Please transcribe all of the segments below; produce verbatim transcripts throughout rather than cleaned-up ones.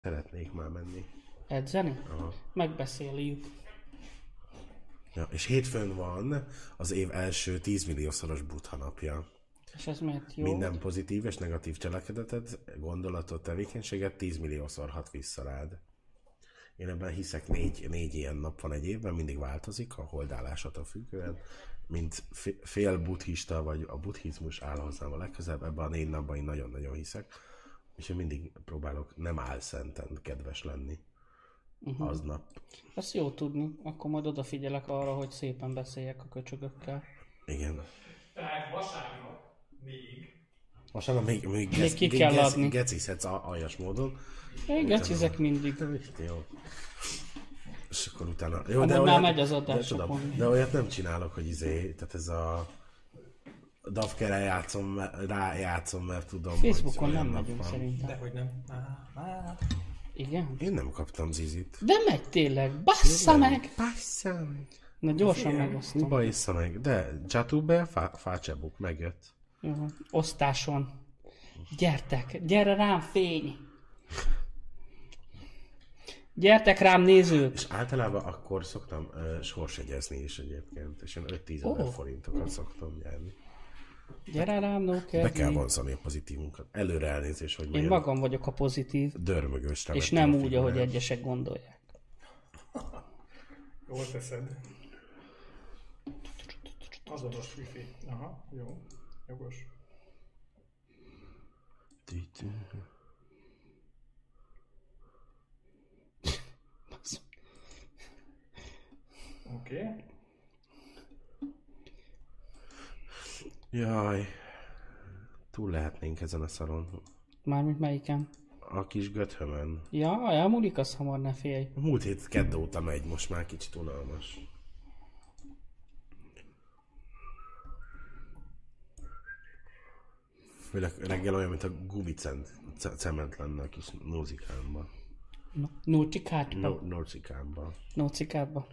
Szeretnék már menni. Edzeni? Aha. Megbeszéljük. Ja, és hétfőn van az év első tízmilliószoros Buddha napja. És ez miért jó? Minden pozitív és negatív cselekedetet, gondolatot, tevékenységet tízmilliószor hat vissza rád. Én ebben hiszek, négy, négy ilyen nap van egy évben, mindig változik a holdállásától függően. Mint fél buddhista, vagy a buddhizmus áll hozzám a legközelebb, ebben a négy napban én nagyon-nagyon hiszek. És én mindig próbálok nem álszenten kedves lenni uh-huh. aznap. Ezt jó tudni, akkor majd odafigyelek arra, hogy szépen beszéljek a köcsögökkel. Igen. Tehát vasárnap még... Vasárnap még, még, még gec, ki kell gec, adni. Gecizhetsz aljas módon. Én gecizek mindig. Jó. És akkor utána... Jó, Amúgy de már olyat, megy az adás. De, tudom, de olyat nem csinálok, hogy izé, tehát ez a... Davkere játszom, rájátszom, mert tudom, Facebookon hogy nem megyünk szerintem. Dehogy nem. Á, á. Igen? Én nem kaptam zizit. De megy tényleg, bassza meg! Bassza meg! Na gyorsan megosztom. Bassza meg, de Jatube, Fácsebuk megjött. Jó, osztáson. Gyertek, gyere rám fény! Gyertek rám nézők! És általában akkor szoktam uh, sorsjegyezni is egyébként, és én öt-tíz ezer Oh. forintokat szoktam nyerni. Gyere rám, no Be kell vonzani a pozitívunkat. Előre elnézés, hogy Én milyen magam vagyok a pozitív, dörmögős és nem úgy, ahogy egyesek gondolják. Jól teszed. Azonos wifi. Aha, jó. Jogos. Oké. Okay. Jaj, túl lehetnénk ezen a szaron. Mármint melyiken? A kis göthömön. Ja, elmúlik az hamar, ne félj. Múlt hét kedd óta megy, most már kicsit unalmas. Főleg reggel olyan, mint a gumicent cement lenne a kis nózikámba. No, Nócsikádba? No, Nócikámba. Nócikádba.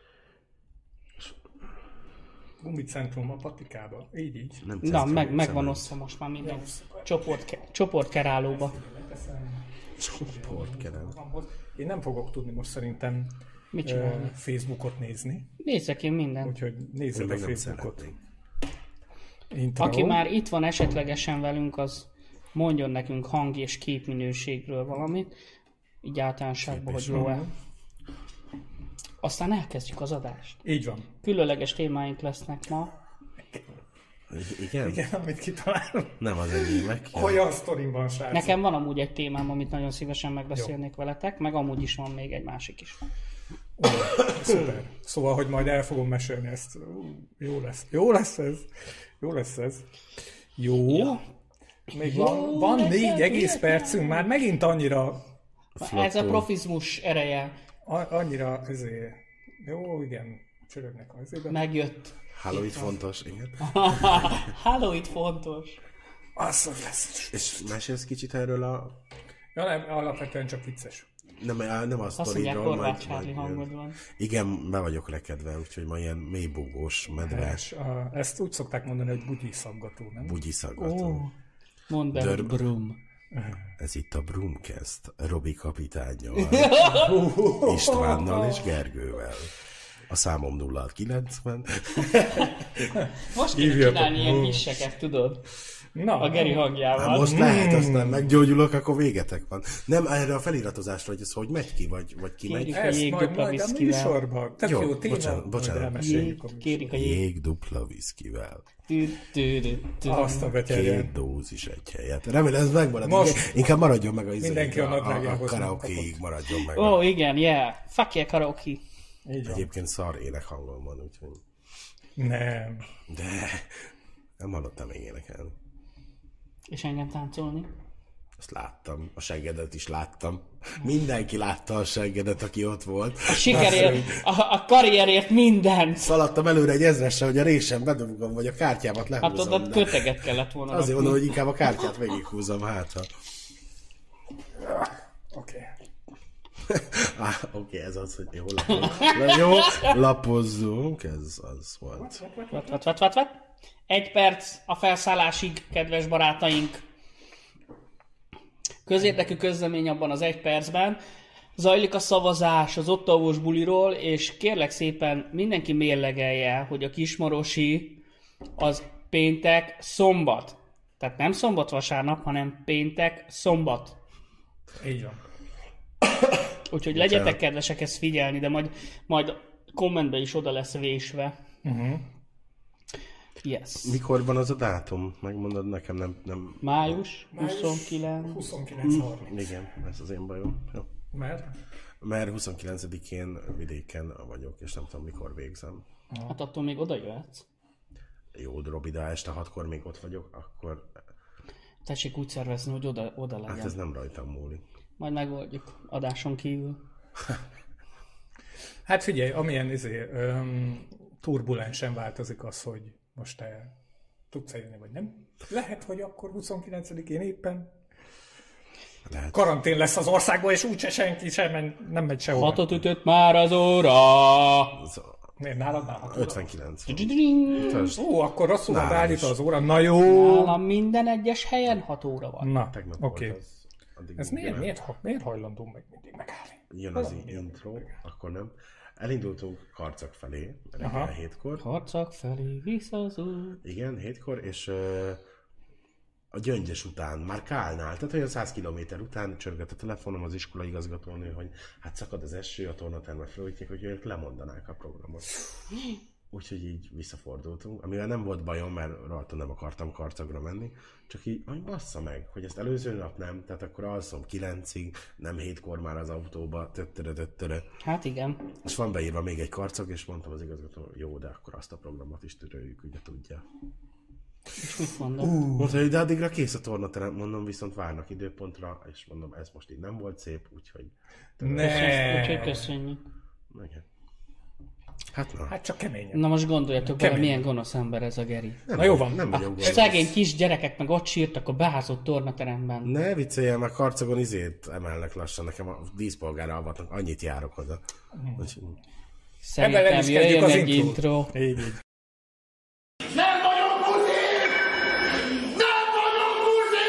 Gumicentrum a patikába. Így, így. Nem Na, centrum, meg, meg van cement. osztva most már minden csoport, csoportkerálóba. Csoportkerel. Én nem fogok tudni most szerintem Mit ö, csinálni? Facebookot nézni. Nézzek én mindent. Úgyhogy Én nézzed a meg nem Facebookot. szeretnék. Intro. Aki már itt van esetlegesen velünk, az mondjon nekünk hang- és képminőségről valamit. Így általánosságban, hogy jó-e. Aztán elkezdjük az adást. Így van. Különleges témáink lesznek ma. I- Igen? Igen, amit kitalálom. Nem az enyémek. Olyan sztorim van, srácok. Nekem van amúgy egy témám, amit nagyon szívesen megbeszélnék jó. veletek, meg amúgy is van még egy másik is. Ó, szuper. Szóval, hogy majd el fogom mesélni ezt. Jó lesz. Jó lesz ez. Jó lesz ez. Jó. Ja. Még Jó, van, van legyen, négy egész legyen. percünk, már megint annyira, Ez a profizmus ereje a, annyira ezért. Jó, igen. Csörögnek az időben. megjött. Halloween fontos, igen. Halloween fontos. Az, hogy lesz. És mesélsz kicsit erről a... Ja, nem, alapvetően csak vicces. Nem, nem a Azt mondják, sztoridról, Horváth Charlie majd hangod jön. van. Igen, be vagyok rekedve, úgyhogy ma ilyen mélybúgós, medves, És, a, ezt úgy szokták mondani, hogy bugyi szaggató, nem? bugyiszagató. Ó, mondd be, Dörb- brum. Ez itt a Broomcast, Robi kapitánnyal, Istvánnal és Gergővel. A számom nulla kilencven. Most kéne Hívjatok csinálni ilyen most. hisseket, tudod? Na, A Geri hangjával. Hát most lehet, aztán meggyógyulok, akkor végetek van. Nem, erre a feliratozásra, hogy ez hogy megy ki, vagy, vagy ki megy. Kérjük. ezt Jég majd, dupla majd a viszkivel. műsorban. Tök Jó, jó, téma, bocsánat, majd bocsánat. elmeséljük a Jég, kérik a jég. Jég dupla viszkivel. Tü, tü, tü, tü. Azt a betyárját. Két dózis egy helyet. Remélem ez megmarad. Most- Most inkább maradjon meg a izé. Mindenki a a, a, a nadrágjához karaokéig maradjon meg. Ó, igen, yeah. Fuck yeah, karaoke. Így van. Egyébként szar ének hangom van, úgyhogy... Nem. De nem hallottam még énekelni. És engem táncolni. Azt láttam. A seggedet is láttam. Mindenki látta a seggedet, aki ott volt. A sikerért, a, a karrierért minden. Szaladtam előre egy ezresre, hogy a résem bedobogom, vagy a kártyámat Hát lehúzom. oda de köteget kellett volna Azért rakni. mondom, hogy inkább a kártyát végighúzom hátra. Oké. Ah, oké, okay, ez az, hogy jó, lapozzunk. Jó, lapozzunk, ez az volt. Vat, vat, vat, vat, vat. Egy perc a felszállásig, kedves barátaink. Közérdekű közlemény abban az egy percben. Zajlik a szavazás az ottavós buliról, és kérlek szépen mindenki mérlegelje, hogy a kismarosi az péntek, szombat. Tehát nem szombat-vasárnap, hanem péntek, szombat. Így van. Úgyhogy legyetek kedvesek ezt figyelni, de majd, majd kommentben is oda lesz vésve. Uh-huh. Yes. Mikor van az a dátum? Megmondod nekem, nem... nem... Május huszonkilenc. huszonkilenc harminc. Igen, ez az én bajom. Jó. Mert? Mert huszonkilencedikén vidéken vagyok, és nem tudom, mikor végzem. Hát attól még oda jöhetsz. Jó, Robi, de este hatkor még ott vagyok, akkor... Tessék úgy szervezni, hogy oda, oda legyen. Hát ez nem rajtam múlik. Majd megoldjuk adáson kívül. Hát figyelj, amilyen izé, öm, turbulensen változik az, hogy most te tudsz jönni, vagy nem. Lehet, hogy akkor huszonkilencedikén éppen Lehet. karantén lesz az országban, és úgyse senki sem nem megy sehova. Hatot ütött már az óra! Az Miért nálad már hat? ötvenkilenc. Ó, akkor rosszul van Nálam beállítva is. az óra. Na jó! Nálam minden egyes helyen hat óra van. Na, Tegnap oké. volt az. Addig Ez jön- miért, miért, ha- miért hajlandó meg mindig megállni? Jön az Valami intro, miért? akkor nem. Elindultunk Karcag felé, reggel Aha. hétkor. Harcak felé vissza az út. Igen, hétkor, és uh, a Gyöngyös után, már Kálnál, tehát olyan száz kilométer után csörgött a telefonom az iskola igazgatónő, hogy hát szakad az eső, a tornatermet felújítják, hogy ők lemondanák a programot. Úgyhogy így visszafordultunk, amivel nem volt bajom, mert rajta nem akartam Karcagra menni, csak így, hogy bassza meg, hogy ezt előző nap nem, tehát akkor alszom kilencig, nem hétkor már az autóba, töttöre, töttöre. Hát igen. És van beírva még egy Karcag, és mondtam az igazgató, jó, de akkor azt a programot is töröljük, ugye tudja. És mit mondom? Uh. Mondta, hogy de addigra kész a tornaterem, mondom, viszont várnak időpontra, és mondom, ez most így nem volt szép, úgyhogy... Ne. Úgyhogy köszönjük. Igen. Hát na. Hát csak keményen. Na most gondoljatok bele, Kemény. milyen gonosz ember ez a Geri. Nem, Na jó van. Nem vagyok gonosz. Szegény kis gyerekek meg ott sírtak a beházott tornateremben. Ne vicceljen, már Karcagon izét emelnek lassan, nekem a díszpolgára avatnak, annyit járok oda. Úgyhogy- Ebben el Szerintem is kezdjük jöjjön az egy intro. intro. Így, így. Nem vagyok buzi! Nem vagyok buzi!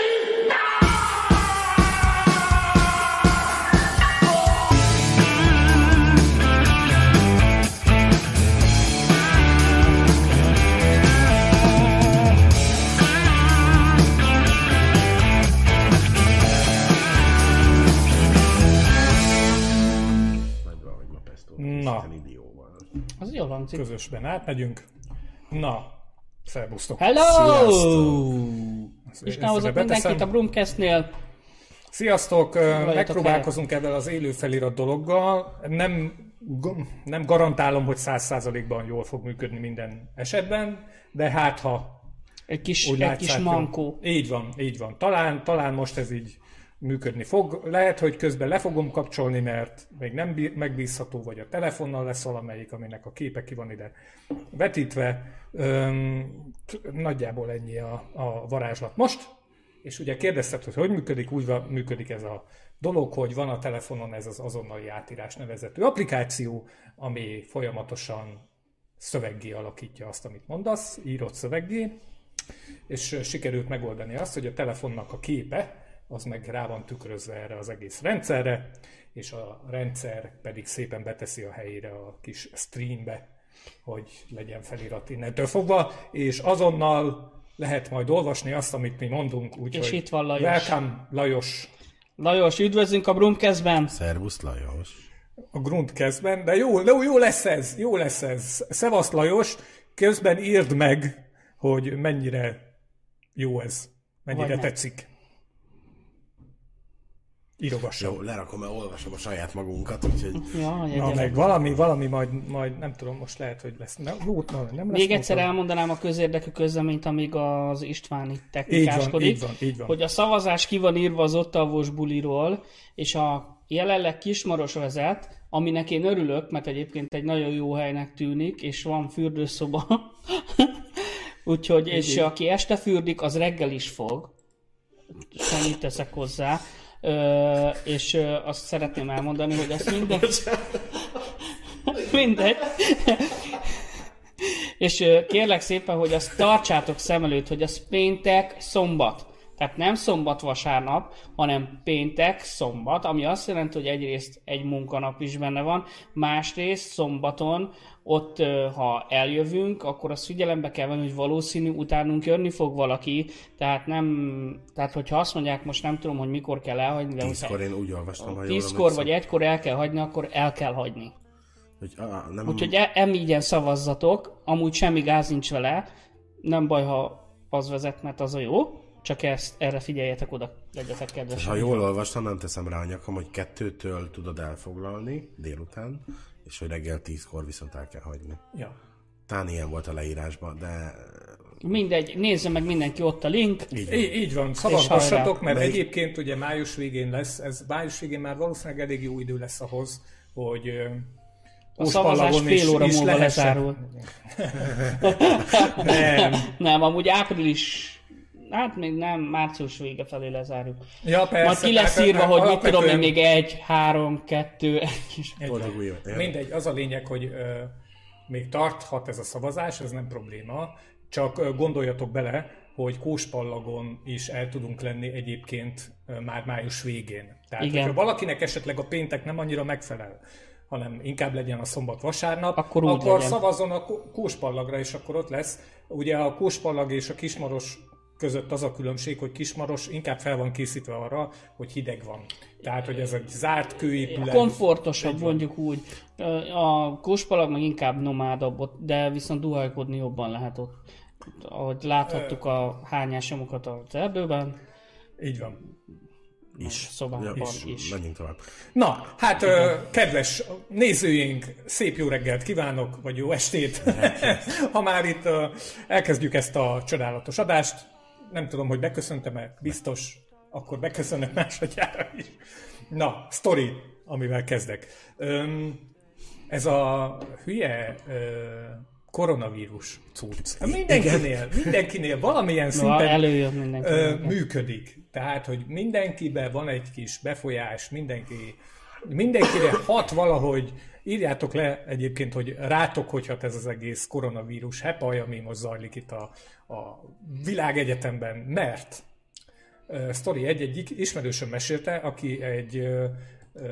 Majd valahogy ma pestót Na. készíteni dióval. Az jól hangzik. Közösben átmegyünk. Na, szervusztok. Hello! Sziasztok. És ne hozok mindenkit a Brumcastnél. Sziasztok! Megpróbálkozunk ezzel az élő felirat dologgal. Nem, nem garantálom, hogy száz százalékban jól fog működni minden esetben, de hát ha Egy kis, úgy egy látszák, kis jó. mankó. Így van, így van. Talán, talán most ez így működni fog. Lehet, hogy közben le fogom kapcsolni, mert még nem bí- megbízható, vagy a telefonnal lesz valamelyik, aminek a képe ki van ide vetítve. Öm, t- nagyjából ennyi a, a varázslat most. És ugye kérdezted, hogy hogy működik, úgy van, működik ez a dolog, hogy van a telefonon ez az azonnali átírás nevezetű applikáció, ami folyamatosan szöveggé alakítja azt, amit mondasz, írott szöveggé, és sikerült megoldani azt, hogy a telefonnak a képe, az meg rá van tükrözve erre az egész rendszerre, és a rendszer pedig szépen beteszi a helyére a kis streambe, hogy legyen felirat innentől fogva, és azonnal lehet majd olvasni azt, amit mi mondunk, úgyhogy És itt van Lajos. welcome Lajos Lajos, üdvözlünk a Brumcastben! Szervusz Lajos! a Grundkezben, de jó, jó, jó lesz ez, jó lesz ez. Szevasz Lajos, közben írd meg, hogy mennyire jó ez, mennyire Vagy nem. tetszik. Írogassam. Jó, lerakom, mert olvasom a saját magunkat, úgyhogy... Ja, Na, jegyelek. meg valami, valami majd, majd nem tudom, most lehet, hogy lesz. Na, jó, na, nem lesz Még egyszer mód, elmondanám a közérdekű közleményt, amíg az István itt Így van, technikáskodik, így van, így van. hogy a szavazás ki van írva az ottavós buliról, és a jelenleg Kismaros vezet, aminek én örülök, mert egyébként egy nagyon jó helynek tűnik, és van fürdőszoba. Úgyhogy, és így. aki este fürdik, az reggel is fog. Semmit teszek hozzá. Ö, és ö, azt szeretném elmondani, hogy azt mindegy... mindegy. És ö, kérlek szépen, hogy azt tartsátok szem előtt, hogy az péntek, szombat. Tehát nem szombat-vasárnap, hanem péntek-szombat, ami azt jelenti, hogy egyrészt egy munkanap is benne van, másrészt szombaton ott, ha eljövünk, akkor azt figyelembe kell venni, hogy valószínű utánunk jönni fog valaki, tehát nem, tehát hogyha azt mondják, most nem tudom, hogy mikor kell elhagyni, de Tízkor én úgy olvastam, ha jól tízkor vagy egykor el kell hagyni, akkor el kell hagyni. Hogy, á, nem... Úgyhogy e- emígyen szavazzatok, amúgy semmi gáz nincs vele, nem baj, ha az vezet, mert az a jó, csak ezt, erre figyeljetek oda, legyetek kedvesek. Ha jól olvastam, nem teszem rá a nyakam, hogy kettőtől tudod elfoglalni délután, és hogy reggel tízkor viszont el kell hagyni. Ja. Talán ilyen volt a leírásban, de... Mindegy, nézze meg mindenki ott a link. Így van. Így, így van, szavazgassatok, mert Melyik? egyébként ugye május végén lesz, ez május végén már valószínűleg elég jó idő lesz ahhoz, hogy a szavazás fél óra múlva lezárul. Nem. Nem, amúgy április, hát még nem, március vége felé lezárjuk. Ja, persze. Majd ki lesz írva, hogy mit tudom én, még egy, három, kettő, egy kis... Boldog új évet. Mindegy, az a lényeg, hogy ö, még tarthat ez a szavazás, ez nem probléma, csak ö, gondoljatok bele, hogy Kóspallagon is el tudunk lenni egyébként ö, már május végén. Tehát, igen. hogyha valakinek esetleg a péntek nem annyira megfelel, hanem inkább legyen a szombat-vasárnap, akkor, akkor legyen. szavazzon a Kóspallagra, és akkor ott lesz. Ugye a Kóspallag és a Kismaros között az a különbség, hogy Kismaros inkább fel van készítve arra, hogy hideg van. Tehát, hogy ez egy zárt kőépület. Komfortosabb, mondjuk úgy. A Kóspalag meg inkább nomádabb, de viszont duhajkodni jobban lehet ott. Ahogy láthattuk a hányásomokat az erdőben. Így van. Is. Szobában Ja, is. is. Menjünk tovább. Na, hát ö, kedves nézőink, szép jó reggelt kívánok, vagy jó estét. Ha már itt ö, elkezdjük ezt a csodálatos adást, nem tudom, hogy beköszöntem-e, biztos, akkor beköszönök másodjára is. Na, sztori, amivel kezdek. Öm, ez a hülye ö, koronavírus cucc. Mindenkinél, mindenkinél valamilyen szinten előjön mindenki. ö, működik. Tehát, hogy mindenkiben van egy kis befolyás, mindenki, mindenkire hat valahogy. Írjátok le egyébként, hogy rátok hogy hat ez az egész koronavírus hepaj, ami most zajlik itt a, a világegyetemben, mert uh, sztori egy-egyik ismerősöm mesélte, aki egy uh, uh,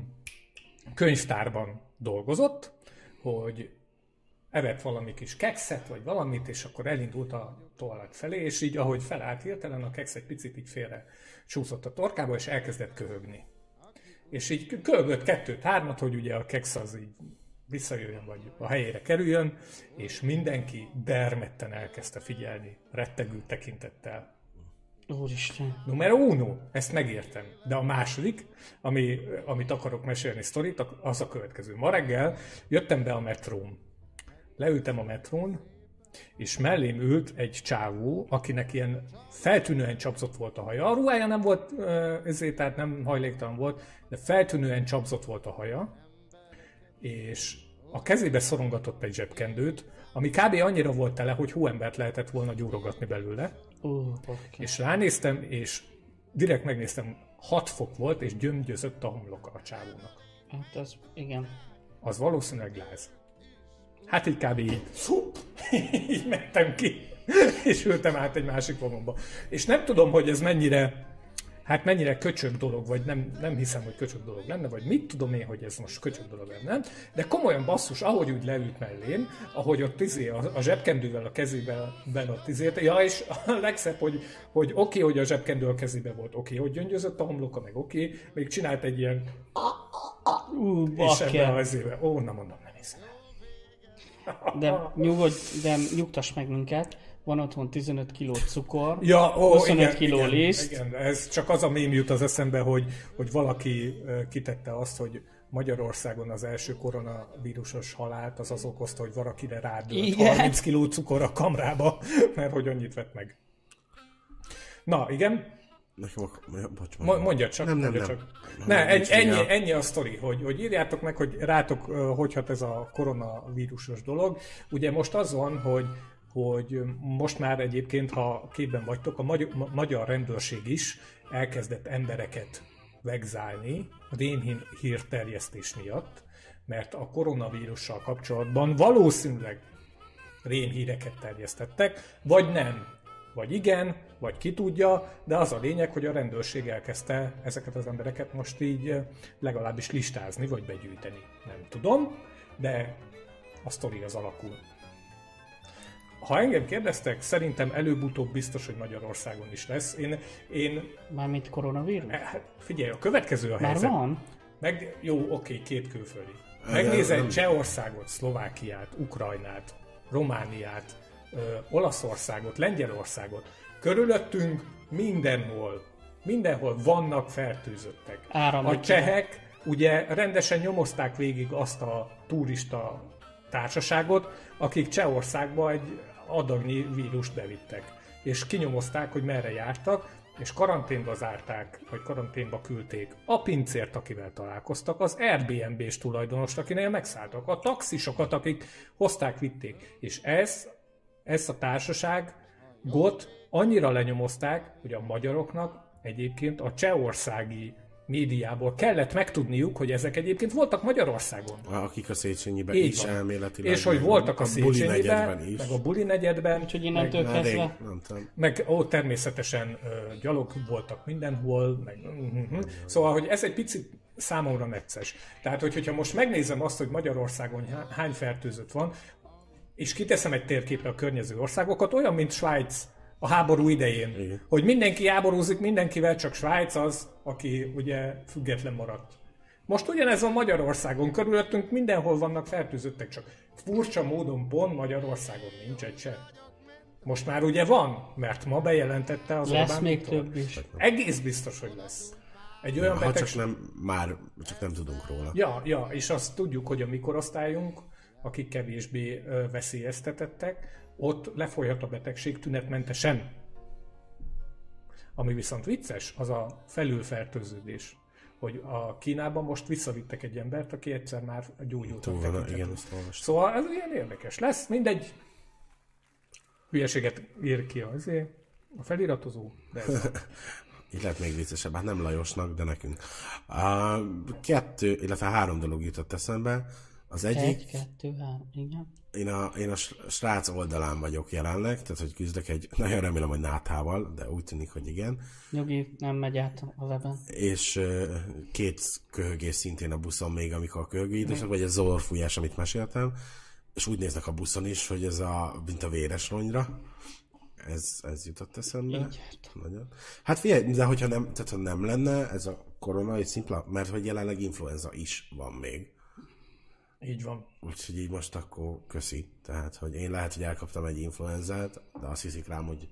könyvtárban dolgozott, hogy evett valami kis kekszet, vagy valamit, és akkor elindult a toalett felé, és így, ahogy felállt hirtelen, a keksz egy picit így félre csúszott a torkába, és elkezdett köhögni. És így köhögött kettőt, hármat, hogy ugye a keksz az így visszajöjjön, vagy a helyére kerüljön, és mindenki dermedten elkezdte figyelni, rettegő tekintettel. Úristen. Numero uno, ezt megértem. De a második, ami, amit akarok mesélni sztorit, az a következő. Ma reggel jöttem be a metrón. Leültem a metrón, és mellém ült egy csávó, akinek ilyen feltűnően csapzott volt a haja. A ruhája nem volt, ezért, tehát nem hajléktalan volt, de feltűnően csapzott volt a haja, és a kezébe szorongatott egy zsebkendőt, ami kb. Annyira volt tele, hogy hóembert lehetett volna gyúrogatni belőle. Uh, okay. És ránéztem, és direkt megnéztem, hat fok volt, és gyöngyözött a homloka a csávónak. Hát az, igen. Az valószínűleg láz. Hát így kb. így, így mentem ki, és ültem át egy másik vagomba. És nem tudom, hogy ez mennyire, hát mennyire köcsög dolog, vagy nem, nem hiszem, hogy köcsög dolog lenne, vagy mit tudom én, hogy ez most köcsög dolog lenne, de komolyan basszus, ahogy úgy leült mellém, ahogy ott izé, a, a zsebkendővel a kezében ott izért, ja, és a legszebb, hogy, hogy oké, okay, hogy a zsebkendő a kezében volt, oké, okay, hogy gyöngyözött a homloka, meg oké, okay, még csinált egy ilyen, Uh, és ebben a vezébe, ó, na mondom, nem hiszem. De nyugodj, de nyugtass meg minket, van otthon tizenöt kiló cukor, ja, ó, huszonöt igen, kiló igen, liszt. Igen, ez csak az a mém jut az eszembe, hogy, hogy valaki kitette azt, hogy Magyarországon az első koronavírusos halált az az okozta, hogy valakire rádőlt harminc kiló cukor a kamrába, mert hogy annyit vett meg. Na, igen. Bocs, mondja csak. Nem, nem, mondja nem. csak. nem. Ne, nem ennyi, ennyi, ennyi, ennyi a sztori, hogy, hogy írjátok meg, hogy rátok hogy hat ez a koronavírusos dolog. Ugye most az van, hogy, hogy most már egyébként, ha képben vagytok, a magyar, magyar rendőrség is elkezdett embereket vegzálni rémhírterjesztés miatt, mert a koronavírussal kapcsolatban valószínűleg rémhíreket terjesztettek, vagy nem. vagy igen, vagy ki tudja, de az a lényeg, hogy a rendőrség elkezdte ezeket az embereket most így legalábbis listázni, vagy begyűjteni. Nem tudom, de a sztori az alakul. Ha engem kérdeztek, szerintem előbb-utóbb biztos, hogy Magyarországon is lesz. Én... én Mármint koronavírus? hát figyelj, a következő a Már helyzet. van? Meg, jó, oké, két külföldi. Megnézed Csehországot, Szlovákiát, Ukrajnát, Romániát, ö, Olaszországot, Lengyelországot. Körülöttünk mindenhol, mindenhol vannak fertőzöttek. Áramlik. A csehek ugye rendesen nyomozták végig azt a turista társaságot, akik Csehországba egy adagnyi vírust bevittek. És kinyomozták, hogy merre jártak, és karanténba zárták, vagy karanténba küldték a pincért, akivel találkoztak, az Airbnb-s tulajdonost, akinél megszálltak, a taxisokat, akik hozták, vitték. És ez, ezt a társaságot annyira lenyomozták, hogy a magyaroknak egyébként a csehországi médiából kellett megtudniuk, hogy ezek egyébként voltak Magyarországon. Akik a Széchenyiben Így is van. elméletileg. És hogy voltak a, a Buli Széchenyiben, negyedben is. meg a Buli negyedben, Úgyhogy meg, innentől Már rég, kezdve... nem tudom. meg ó, természetesen ö, gyalog voltak mindenhol, meg, uh-huh. Szóval, hogy ez egy picit számomra necces. Tehát, hogy, hogyha most megnézem azt, hogy Magyarországon há- hány fertőzött van, és kiteszem egy térképre a környező országokat, olyan, mint Svájc a háború idején. Igen. Hogy mindenki háborúzik mindenkivel, csak Svájc az, aki ugye független maradt. Most ugyanez van Magyarországon, körülöttünk mindenhol vannak fertőzöttek, csak furcsa módon pont Magyarországon nincs egy se. Most már ugye van, mert ma bejelentette az Lesz Orbán még Viktor. több is. Egész biztos, hogy lesz. Egy olyan Ha csak betegség... nem, már csak nem tudunk róla. Ja, ja, és azt tudjuk, hogy a mi korosztályunk, akik kevésbé ö, veszélyeztetettek, ott lefolyhat a betegség tünetmentesen. Ami viszont vicces, az a felülfertőződés. Hogy a Kínában most visszavittek egy embert, aki egyszer már gyógyult. Túl van, igen, ezt olvastam. Szóval ez ilyen érdekes lesz, mindegy. Hülyeséget ír ki azért a feliratozó, de ez van. Így lehet még viccesebb, hát nem Lajosnak, de nekünk. A kettő, illetve három dolog jutott eszembe. Az egyik, Egy, kettő, három, igen. én a, én a srác oldalán vagyok jelenleg, tehát hogy küzdök egy, nagyon remélem, hogy náthával, de úgy tűnik, hogy igen. Nyugi, nem megy át a weben. És uh, két köhögés szintén a buszon még, amikor a köhögő időszak, vagy a zavarfújás, amit meséltem, és úgy néznek a buszon is, hogy ez a, mint a véres ronyra. Ez, ez jutott eszembe. Így. Nagyon. Hát figyelj, de hogyha nem, tehát ha nem lenne ez a korona, egy szimpla, mert hogy jelenleg influenza is van még. Így van. Úgyhogy így most akkor köszi. Tehát, hogy én lehet, hogy elkaptam egy influenzát, de azt hiszik rám, hogy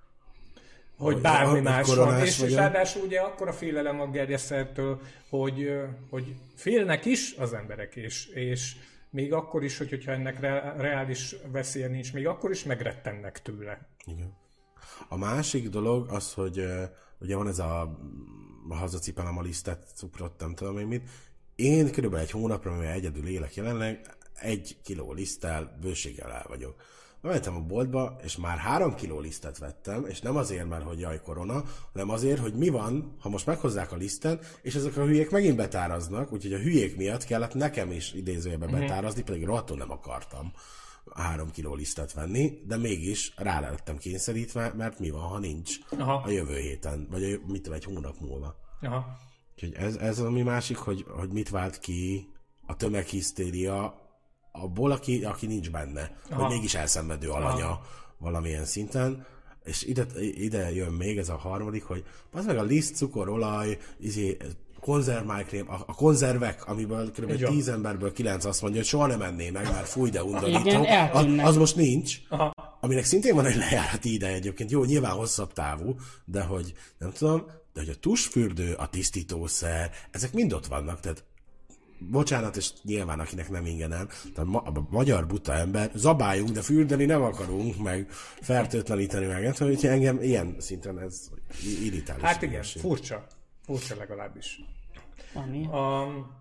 Hogy hogy- bármi hogy más van. koronás És, és vagyok. ráadásul ugye akkora félelem a gerjesztettől, hogy, hogy félnek is az emberek, és, és még akkor is, hogy, hogyha ennek re- reális veszélye nincs, még akkor is megrettennek tőle. igen. A másik dolog az, hogy uh, ugye van ez a, a hazacipelem a lisztet, cukrot, nem tudom én mit. Én körülbelül egy hónapra, mivel egyedül élek jelenleg, egy kiló liszttel bőséggel el vagyok. Bementem a boltba, és már három kiló lisztet vettem, és nem azért, mert hogy jaj korona, hanem azért, hogy mi van, ha most meghozzák a lisztet, és ezek a hülyék megint betáraznak, úgyhogy a hülyék miatt kellett nekem is idézőjebe betárazni, pedig rohadtul nem akartam három kiló lisztet venni, de mégis rá lettem kényszerítve, mert mi van, ha nincs Aha. a jövő héten, vagy a, jö- mit tudom, egy hónap múlva. Aha. Úgyhogy ez, ez a mi másik, hogy, hogy mit vált ki a tömeghisztéria abból, aki, aki nincs benne, Aha. hogy mégis elszenvedő alanya Aha. valamilyen szinten. És ide, ide jön még ez a harmadik, hogy az meg a liszt, cukor, olaj, izé, konzervmájkrém, a, a konzervek, amiből kb. Így van. tíz emberből kilenc azt mondja, hogy soha nem enné meg, mert fúj, de undorító. Igen, az, eltűnnek. az most nincs. Aha. Aminek szintén van egy lejárati ideje egyébként, jó, nyilván hosszabb távú, de hogy nem tudom, de hogy a tusfürdő, a tisztítószer, ezek mind ott vannak, tehát bocsánat, és nyilván akinek nem ingenem, tehát ma, a magyar buta ember, zabáljunk, de fürdeni nem akarunk, meg fertőtleníteni meg, hát, hogy engem ilyen szinten ez irritális. Hát igen, hülyeség. furcsa. Furcsa legalábbis. Ami. Um,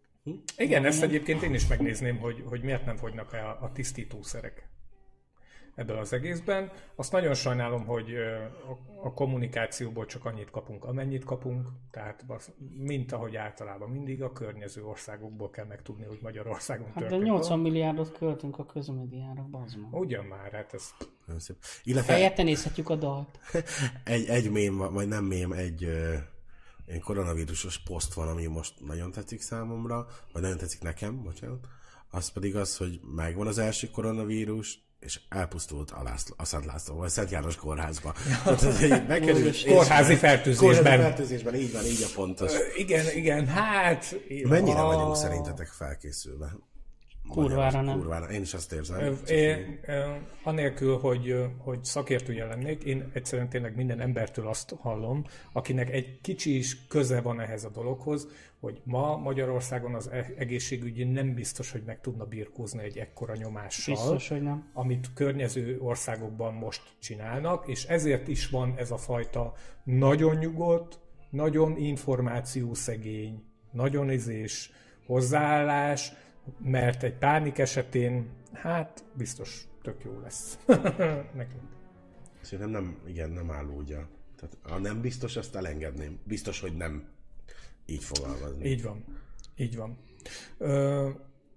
igen, ezt egyébként én is megnézném, hogy, hogy miért nem fogynak el a, a tisztítószerek. ebből az egészben. Azt nagyon sajnálom, hogy a kommunikációból csak annyit kapunk, amennyit kapunk, tehát mint ahogy általában mindig a környező országokból kell megtudni, hogy Magyarországon hát történik. de nyolcvan milliárdot költünk a közmédiára, bazd meg. Ugyan már, hát ez... Illetve... Helyette nézhetjük a dalt. egy, egy mém, vagy nem mém, egy uh, koronavírusos poszt van, ami most nagyon tetszik számomra, vagy nagyon tetszik nekem, bocsánat. Az pedig az, hogy megvan az első koronavírus, és elpusztult a, László, a Szent László, vagy Szent János kórházba. Bekerült, kórházi fertőzésben. Kórházi fertőzésben, így van, így a pontos. Igen, igen, hát... Mennyire a... vagyunk szerintetek felkészülve? Kurvára nem. Kurvára. Én is azt érzem. Én, anélkül, hogy, hogy szakértője lennék, én egyszerűen tényleg minden embertől azt hallom, akinek egy kicsi is köze van ehhez a dologhoz, hogy ma Magyarországon az egészségügyi nem biztos, hogy meg tudna birkózni egy ekkora nyomással, biztos, hogy nem. amit környező országokban most csinálnak, és ezért is van ez a fajta nagyon nyugodt, nagyon információszegény, nagyon izés hozzáállás, mert egy pánik esetén, hát biztos tök jó lesz nekünk. Szerintem nem, igen, nem áll úgy. Tehát ha nem biztos, azt elengedném. Biztos, hogy nem így fogalmazni. Így van. Így van. Ö,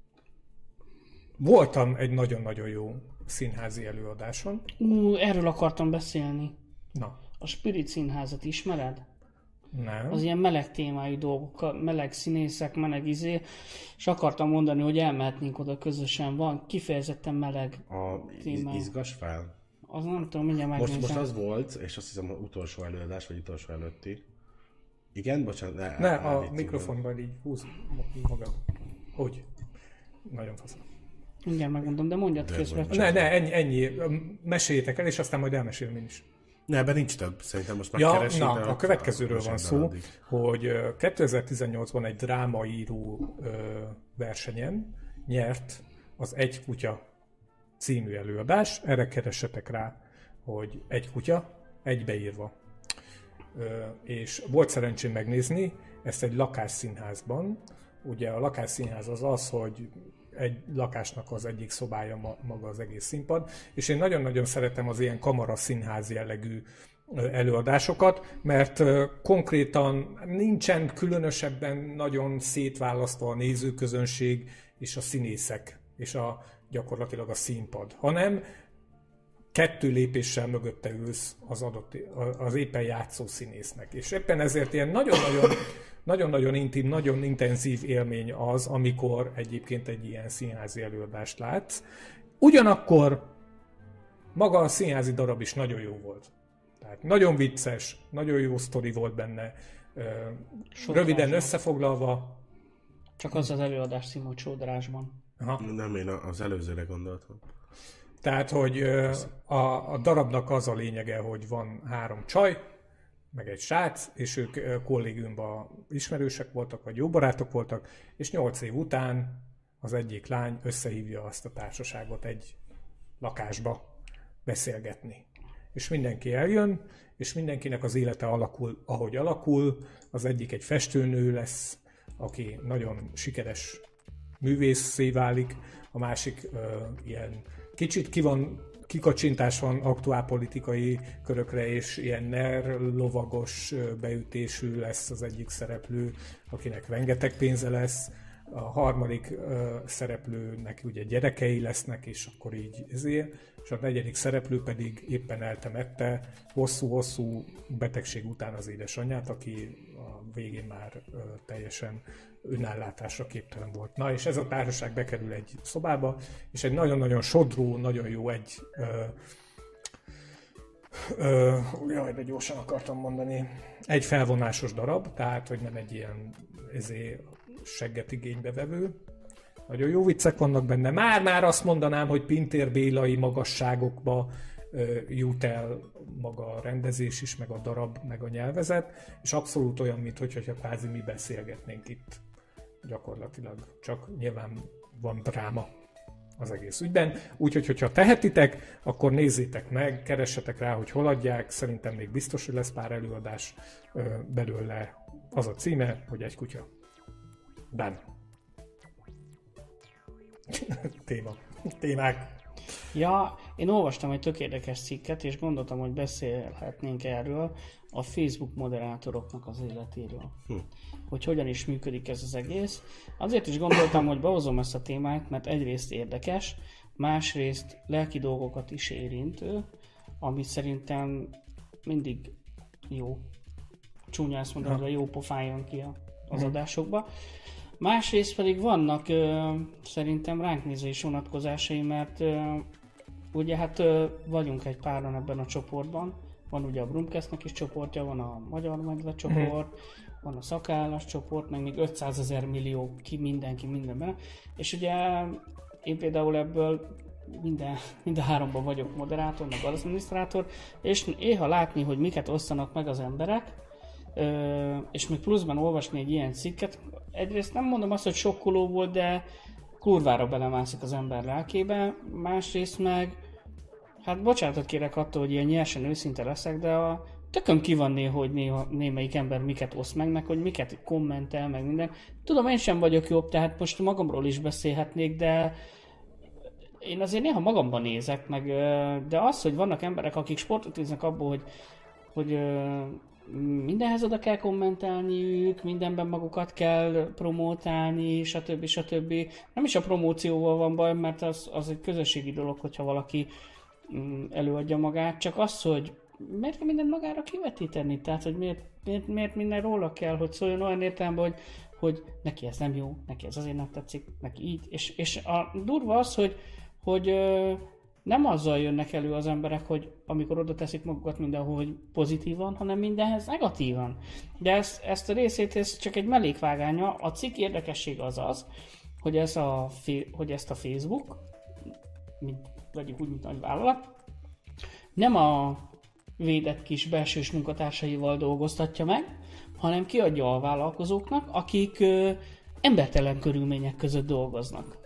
voltam egy nagyon-nagyon jó színházi előadáson. Ú, erről akartam beszélni. Na. A Spirit Színházat ismered? Nem. Az ilyen meleg témájú dolgok, meleg színészek, meleg izé, és akartam mondani, hogy elmehetnénk oda közösen, van kifejezetten meleg A témájú. izgass fel? Az nem tudom, mindjárt megnézem. Most, most az volt, és azt hiszem utolsó előadás, vagy utolsó előtti. Igen, bocsánat. Ne, ne a mikrofonban így húz magad. Hogy? Nagyon faszom. Mindjárt megmondom, de mondjad közben. Ne, ne, ennyi, ennyi. Meséljétek el, és aztán majd elmesélem én is. Ne, ebben nincs több. Szerintem most ja, megkeresik. na, a, a következőről a, van szó, addig. Hogy kétezer-tizennyolcban egy drámaíró versenyen nyert az Egy kutya című előadás. Erre keressetek rá, hogy egy kutya, egybeírva. És volt szerencsém megnézni ezt egy lakásszínházban. Ugye a lakásszínház az az, hogy egy lakásnak az egyik szobája maga az egész színpad, és én nagyon-nagyon szeretem az ilyen kamaraszínház jellegű előadásokat, mert konkrétan nincsen különösebben nagyon szétválasztva a nézőközönség és a színészek, és a, gyakorlatilag a színpad, hanem kettő lépéssel mögötte ülsz az, adott, az éppen játszó színésznek. És éppen ezért ilyen nagyon-nagyon nagyon-nagyon intim, nagyon intenzív élmény az, amikor egyébként egy ilyen színházi előadást látsz. Ugyanakkor maga a színházi darab is nagyon jó volt. Tehát nagyon vicces, nagyon jó sztori volt benne. Röviden összefoglalva. Csak az az előadás cím, hogy Sódrásban. Aha. Nem, én az előzőre gondoltam. Tehát, hogy a, a darabnak az a lényege, hogy van három csaj, meg egy srác, és ők kollégiumban ismerősek voltak, vagy jó barátok voltak, és nyolc év után az egyik lány összehívja azt a társaságot egy lakásba beszélgetni. És mindenki eljön, és mindenkinek az élete alakul, ahogy alakul. Az egyik egy festőnő lesz, aki nagyon sikeres művészé válik, a másik ö, ilyen kicsit ki van, kikacsintás van aktuálpolitikai körökre, és ilyen ner lovagos beütésű lesz az egyik szereplő, akinek rengeteg pénze lesz. A harmadik ö, szereplőnek ugye gyerekei lesznek, és akkor így ezért, és a negyedik szereplő pedig éppen eltemette hosszú-hosszú betegség után az édesanyját, aki a végén már ö, teljesen önállátásra képtelen volt. Na, és ez a társaság bekerül egy szobába, és egy nagyon-nagyon sodró, nagyon jó egy... Ö, ö, jaj, de gyorsan akartam mondani. Egy felvonásos darab, tehát, hogy nem egy ilyen ezért segget igénybe vevő. Nagyon jó viccek vannak benne. Már-már azt mondanám, hogy Pintér Bélai magasságokba ö, jut el maga a rendezés is, meg a darab, meg a nyelvezet, és abszolút olyan, mint hogyha kvázi mi beszélgetnénk itt gyakorlatilag. Csak nyilván van dráma az egész ügyben. Úgyhogy, hogyha tehetitek, akkor nézzétek meg, keressetek rá, hogy hol adják. Szerintem még biztos, hogy lesz pár előadás ö, belőle. Az a címe, hogy Egy kutya. Done. Téma. Témák. Ja, én olvastam egy tök érdekes cikket, és gondoltam, hogy beszélhetnénk erről a Facebook moderátoroknak az életéről. Hm. Hogy hogyan is működik ez az egész. Azért is gondoltam, hogy behozom ezt a témát, mert egyrészt érdekes, másrészt lelki dolgokat is érintő, amit szerintem mindig jó. Csúnya ezt mondom, hogy jó pofán jön ki az adásokba. Másrészt pedig vannak ö, szerintem ránk nézés vonatkozásai, mert ö, ugye hát ö, vagyunk egy páran ebben a csoportban. Van ugye a Brumcastnek is csoportja, van a Magyar Medve csoport, hmm. van a Szakállas csoport, meg még ötszázezer millió ki mindenki mindenben. És ugye én például ebből minden, mind a háromban vagyok moderátor, meg adminisztrátor, és néha látni, hogy miket osztanak meg az emberek, ö, és még pluszban olvasni egy ilyen cikket, egyrészt nem mondom azt, hogy sokkoló volt, de kurvára belemászik az ember lelkébe, másrészt meg, hát bocsánatot kérek attól, hogy ilyen nyersen őszinte leszek, de a tököm kivanné, hogy néha, némelyik ember miket oszt meg, meg hogy miket kommentel, meg minden. Tudom, én sem vagyok jobb, tehát most magamról is beszélhetnék, de én azért néha magamban nézek, meg, de az, hogy vannak emberek, akik sportot néznek abból, hogy, hogy mindenhez oda kell kommentelniük, mindenben magukat kell promótálni, stb. stb. Nem is a promócióval van baj, mert az, az egy közösségi dolog, hogyha valaki előadja magát, csak az, hogy miért kell mindent magára kivetíteni, tehát, hogy miért, miért, miért minden róla kell, hogy szóljon olyan értelemben, hogy, hogy neki ez nem jó, neki ez azért nem tetszik, neki így, és, és a durva az, hogy, hogy ö, nem azzal jönnek elő az emberek, hogy amikor oda teszik magukat mindenhol, hogy pozitívan, hanem mindenhez negatívan. De ezt, ezt a részét ez csak egy mellékvágánya. A cikk érdekessége az az, hogy, ez a, hogy ezt a Facebook, mint, vegyük úgy, mint nagy vállalat, nem a védett kis belsős munkatársaival dolgoztatja meg, hanem kiadja a vállalkozóknak, akik ö, embertelen körülmények között dolgoznak.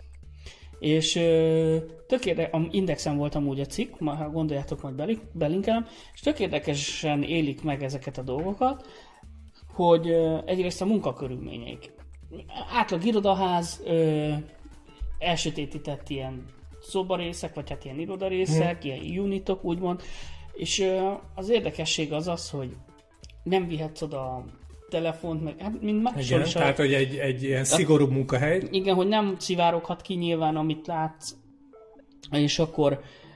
És ö, tök érdekes, a Indexen volt amúgy a cikk, ha gondoljátok, majd belinkelem, és tök érdekesen élik meg ezeket a dolgokat, hogy ö, egyrészt a munkakörülményeik. Átlag irodaház, ö, elsötétített ilyen szobarészek, vagy hát ilyen irodarészek, hmm. ilyen unitok úgymond, és ö, az érdekesség az az, hogy nem vihetsz oda telefont, meg hát mind máshol is. Tehát, a, hogy egy, egy ilyen szigorúbb munkahely. Igen, hogy nem szivároghat ki nyilván, amit látsz, és akkor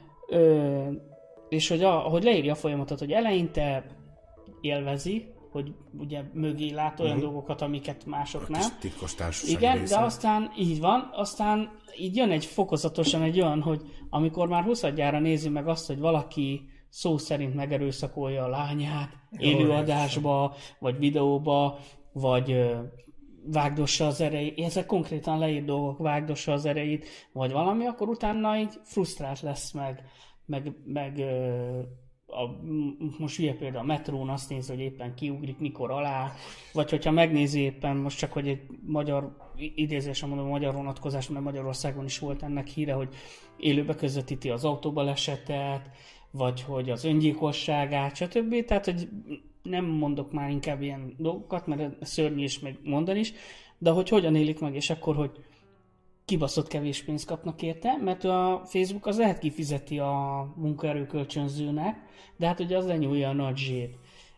ö, és hogy, a, hogy leírja a folyamatot, hogy eleinte élvezi, hogy ugye mögé lát olyan uh-huh. dolgokat, amiket mások nem. Titkos társaság igen, része. de aztán így van, aztán így jön egy fokozatosan egy olyan, hogy amikor már huszadjára nézi meg azt, hogy valaki szó szerint megerőszakolja a lányát élőadásba, vagy videóba, vagy ö, vágdossa az erejét, ezek konkrétan leírt dolgok, vágdossa az erejét, vagy valami, akkor utána így frusztrált lesz meg, meg, meg ö, a, most ugye például a metrón azt nézi, hogy éppen kiugrik mikor alá, vagy hogyha megnézi éppen, most csak hogy egy magyar, idézésen mondom, magyar vonatkozás, mert Magyarországon is volt ennek híre, hogy élőbe közvetíti az autóbalesetet, vagy hogy az öngyilkosságát, stb. Tehát, hogy nem mondok már inkább ilyen dolgokat, mert szörnyű is meg mondani is, de hogy hogyan élik meg, és akkor, hogy kibaszott kevés pénzt kapnak érte, mert a Facebook az lehet kifizeti a munkaerőkölcsönzőnek, de hát ugye az lenyúlja a nagy zsír.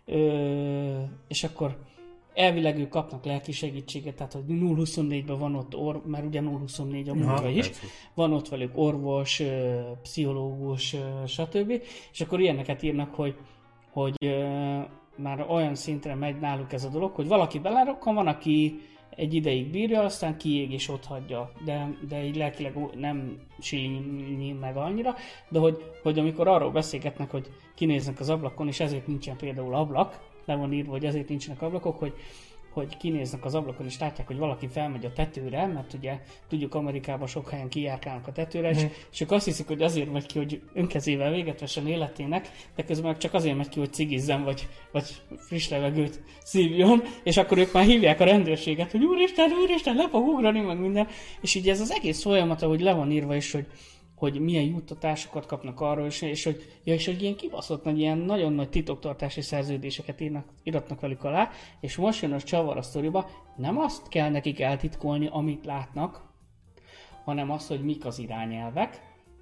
Ö, és akkor elvileg ők kapnak lelki segítséget, tehát hogy nulla huszonnégyben van ott, or, mert ugye nulla huszonnégy a munka is, van ott velük orvos, pszichológus, stb. És akkor ilyeneket írnak, hogy, hogy már olyan szintre megy náluk ez a dolog, hogy valaki belerokkan, van, aki egy ideig bírja, aztán kiég és ott hagyja, de, de így lelkileg nem sílnyi meg annyira, de hogy, hogy amikor arról beszélgetnek, hogy kinéznek az ablakon, és ezért nincsen például ablak, le van írva, hogy ezért nincsenek ablakok, hogy, hogy kinéznek az ablakon, és látják, hogy valaki felmegy a tetőre, mert ugye tudjuk, Amerikában sok helyen kijárkálnak a tetőre, és, mm. és ők azt hiszik, hogy azért megy ki, hogy önkezével véget vessen életének, de közben csak azért megy ki, hogy cigizzen, vagy, vagy friss levegőt szívjon, és akkor ők már hívják a rendőrséget, hogy úristen, úristen, le fog ugrani, meg minden. És így ez az egész folyamat, ahogy le van írva is, hogy hogy milyen juttatásokat kapnak arról, és, és, hogy, ja, és hogy ilyen kibaszott nagy, ilyen nagyon nagy titoktartási szerződéseket írnak, iratnak velük alá, és most jön a csavar a sztoriba, nem azt kell nekik eltitkolni, amit látnak, hanem azt, hogy mik az irányelvek,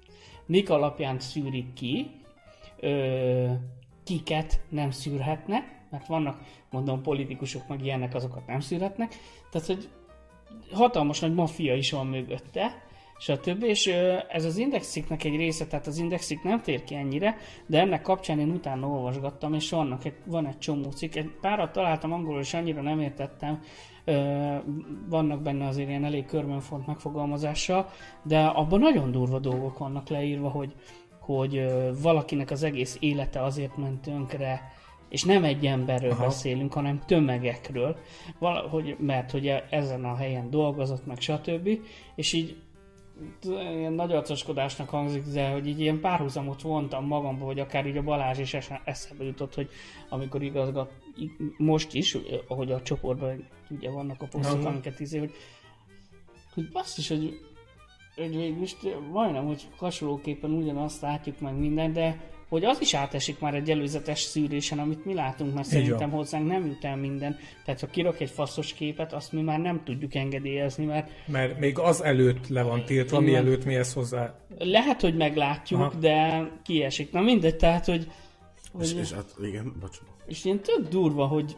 nick alapján szűrik ki, ö, kiket nem szűrhetnek, mert vannak, mondom, politikusok, meg ilyenek, azokat nem szűrhetnek. Tehát, hogy hatalmas nagy maffia is van mögötte, stb. És ez az indexiknek egy része, tehát az indexik nem tér ki ennyire, de ennek kapcsán én utána olvasgattam, és vannak egy, van egy csomó cikk. Egy párat találtam angolul, és annyira nem értettem, vannak benne azért ilyen elég körmönfont megfogalmazással, de abban nagyon durva dolgok vannak leírva, hogy, hogy valakinek az egész élete azért ment tönkre, és nem egy emberről Aha. beszélünk, hanem tömegekről, valahogy, mert hogy ezen a helyen dolgozott, meg stb. És így ilyen nagy arcoskodásnak hangzik, de hogy így ilyen párhuzamot vontam magamba, vagy akár így a Balázs is eszembe jutott, hogy amikor igazgat, most is, ahogy a csoportban ugye vannak a posztok, amiket izé, hogy, hogy basszus, hogy, hogy végülis majdnem, hogy hasonlóképpen ugyanazt látjuk meg minden, de hogy az is átesik már egy előzetes szűrésen, amit mi látunk, mert szerintem hozzánk nem jut el minden. Tehát ha kirak egy faszos képet, azt mi már nem tudjuk engedélyezni, mert... Mert még az előtt le van tiltva, mielőtt mi ezt hozzá... Lehet, hogy meglátjuk, Aha. de kiesik. Na mindegy, tehát, hogy... hogy és, és hát, igen, bocs. És ilyen tök durva, hogy...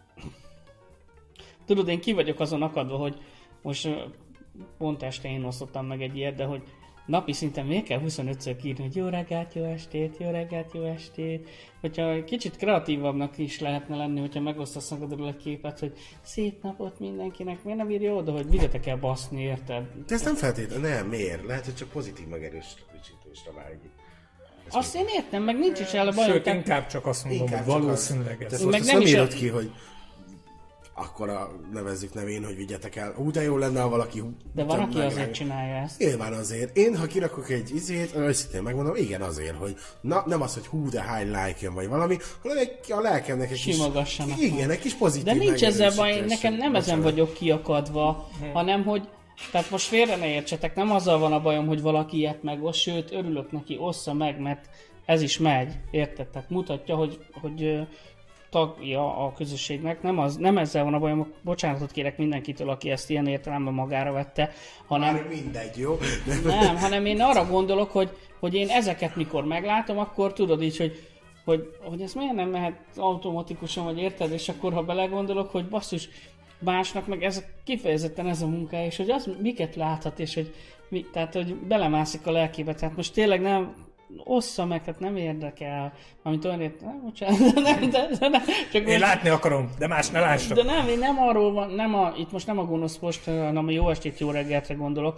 Tudod, én ki vagyok azon akadva, hogy most pont este én osztottam meg egy ilyet, de hogy napi szinten miért kell huszonötször írni, hogy jó reggelt, jó estét, jó reggelt, jó estét. Hogyha kicsit kreatívabbnak is lehetne lenni, hogyha megosztasz magadról egy képet, hogy szép napot mindenkinek, miért nem írja oda, hogy videót kell baszni, érted? De ez nem feltétlenül, nem, miért? Lehet, hogy csak pozitív megerősítésre vágyi. Azt én értem, meg nincs is el a bajom. Sőt, inkább csak azt mondom, hogy valószínűleg ez. Most azt nem írod ki, hogy akkor a, nevezzük nevén, hogy vigyetek el. Hú, de jó lenne, ha valaki... Hú, de van, aki azért meg... csinálja ezt. Nyilván azért. Én, ha kirakok egy izét, őszintén megmondom, igen azért, hogy na, nem az, hogy hú, de hány like jön, vagy valami, hanem egy, a lelkemnek egy kis... Simogassanak. Igen, egy kis pozitív de nincs ezzel baj, nekem nem ezen vagyok kiakadva, hmm. hanem, hogy tehát most félre ne értsetek, nem azzal van a bajom, hogy valaki ilyet megoszt, sőt, örülök neki, ossza meg, mert ez is megy, érted? Tehát mutatja, hogy, hogy tagja a közösségnek, nem, az, nem ezzel van a bajom, bocsánatot kérek mindenkitől, aki ezt ilyen értelemben magára vette, hanem... Már mindegy, jó? Nem, hanem én arra gondolok, hogy, hogy én ezeket mikor meglátom, akkor tudod így, hogy, hogy, hogy ez miért nem mehet automatikusan, vagy érted, és akkor ha belegondolok, hogy basszus, másnak meg ez kifejezetten ez a munkája, és hogy az miket láthat, és hogy mi, tehát, hogy belemászik a lelkébe, tehát most tényleg nem ossza meg, tehát nem érdekel, amit olyan ért, nem, bocsánat, nem, de, de nem, csak én most, látni akarom, de más ne lássa. De nem, én nem arról van, nem a, itt most nem a gonosz post, hanem a jó estét, jó reggeltre gondolok,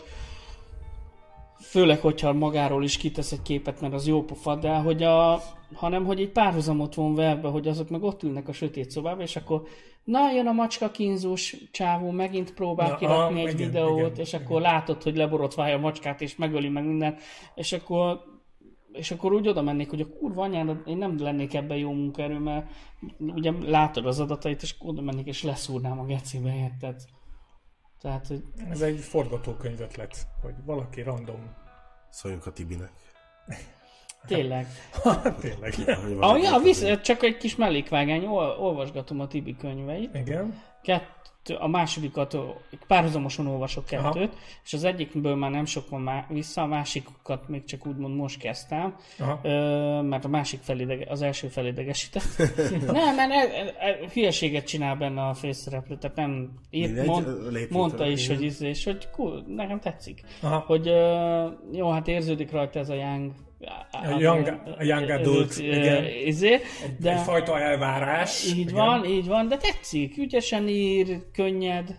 főleg, hogyha magáról is kitesz egy képet, mert az jó pofa, de hogy a, hanem, hogy egy párhuzamot von verbe, hogy azok meg ott ülnek a sötét szobába, és akkor na, jön a macska kínzós csávó, megint próbál ja, kirakni a, egy igen, videót, igen, és igen. Akkor látod, hogy leborotválja a macskát, és megöli meg minden, és akkor és akkor úgy oda mennék, hogy a kurva anyád, én nem lennék ebben jó munkaerő, mert ugye látod az adatait, és oda mennék, és leszúrnám a gecibe, érted? Tehát, hogy... Ez egy forgatókönyv ötlet, hogy valaki random... Szóljunk a Tibinek. Tényleg. Tényleg. Ah, ja, visz, csak egy kis mellékvágány, ol, olvasgatom a Tibi könyveit. Igen. Kettő, a másodikat párhuzamosan olvasok kettőt, Aha. és az egyikből már nem sok van már vissza, a másikat még csak úgymond most kezdtem, ö, mert a másik felidege, az első felidegesített. nem, mert e, e, hülyeséget csinál benne a főszereplő, tehát nem írt, mond, mondta is, hogy, íz, és, hogy cool, nekem tetszik. Aha. Hogy ö, jó, hát érződik rajta ez a young A young, a young adult, igen. Izé, de egyfajta elvárás. Így igen. van, így van, de tetszik. Ügyesen ír, könnyed.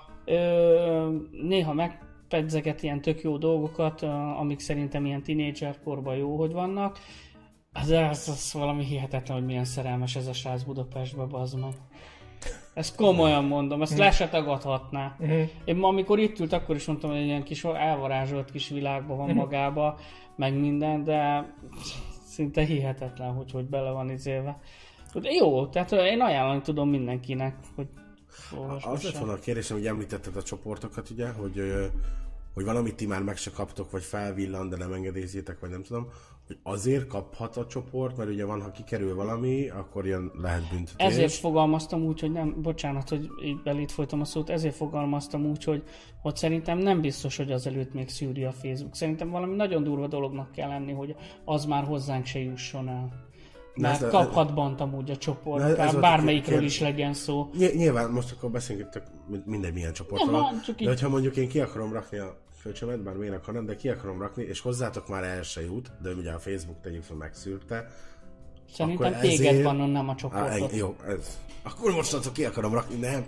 Ö, néha megpedzeget ilyen tök jó dolgokat, amik szerintem ilyen tínédzser korban jó, hogy vannak. Az, az, az valami hihetetlen, hogy milyen szerelmes ez a srác Budapestbe, bazd meg. Ezt komolyan mondom, ezt mm. le se tagadhatná. Mm. Én ma, amikor itt ült, akkor is mondtam, hogy egy ilyen kis elvarázsolt kis világban van mm. magába, meg minden, de szinte hihetetlen, hogy hogy bele van izélve. De jó, tehát én ajánlani tudom mindenkinek, hogy olvasgassam. Az lett volna a kérdésem, hogy említetted a csoportokat, ugye, hogy hogy valamit ti már meg se kaptok, vagy felvillan, de nem engedélyizitek, vagy nem tudom, hogy azért kaphat a csoport, mert ugye van, ha kikerül valami, akkor jön, lehet büntetés. Ezért fogalmaztam úgy, hogy nem, bocsánat, hogy így belét folytam a szót, ezért fogalmaztam úgy, hogy, hogy szerintem nem biztos, hogy azelőtt még szűri a Facebook. Szerintem valami nagyon durva dolognak kell lenni, hogy az már hozzánk se jusson el. Mert ez, kaphat bant amúgy a csoport, ez, ez bármelyikről is legyen szó. Nyilván most akkor beszélünk tök mindegy milyen csoportról, de így... hogyha mondjuk én ki akarom rakni a kölcsömet, bár miért akarom, de ki akarom rakni, és hozzátok már el se jut, de ugye a Facebook tegyük fel megszűrte. Szerintem téged ezért... van, nem a csoportot. Á, jó, ez... akkor mostantól ki akarom rakni, nem?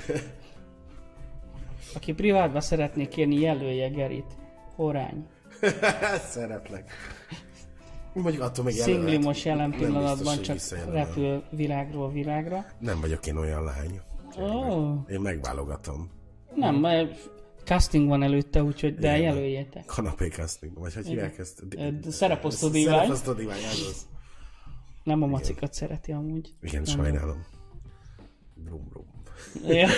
Aki privátba szeretné kérni, jelölje Gerit. Horány. Szeretlek. Mondjuk attól még Szingli most jelen pillanatban csak repül világról világra. Nem vagyok én olyan lány. Oh. Én megválogatom. Nem, mert casting van előtte, úgyhogy de jelöljétek. Kanapé casting, vagy hogy hívják ezt? Szereposztó divány. Szereposztó divány, az. Nem a macikat szereti amúgy. Igen, nem sajnálom. Brum, brum. Ja.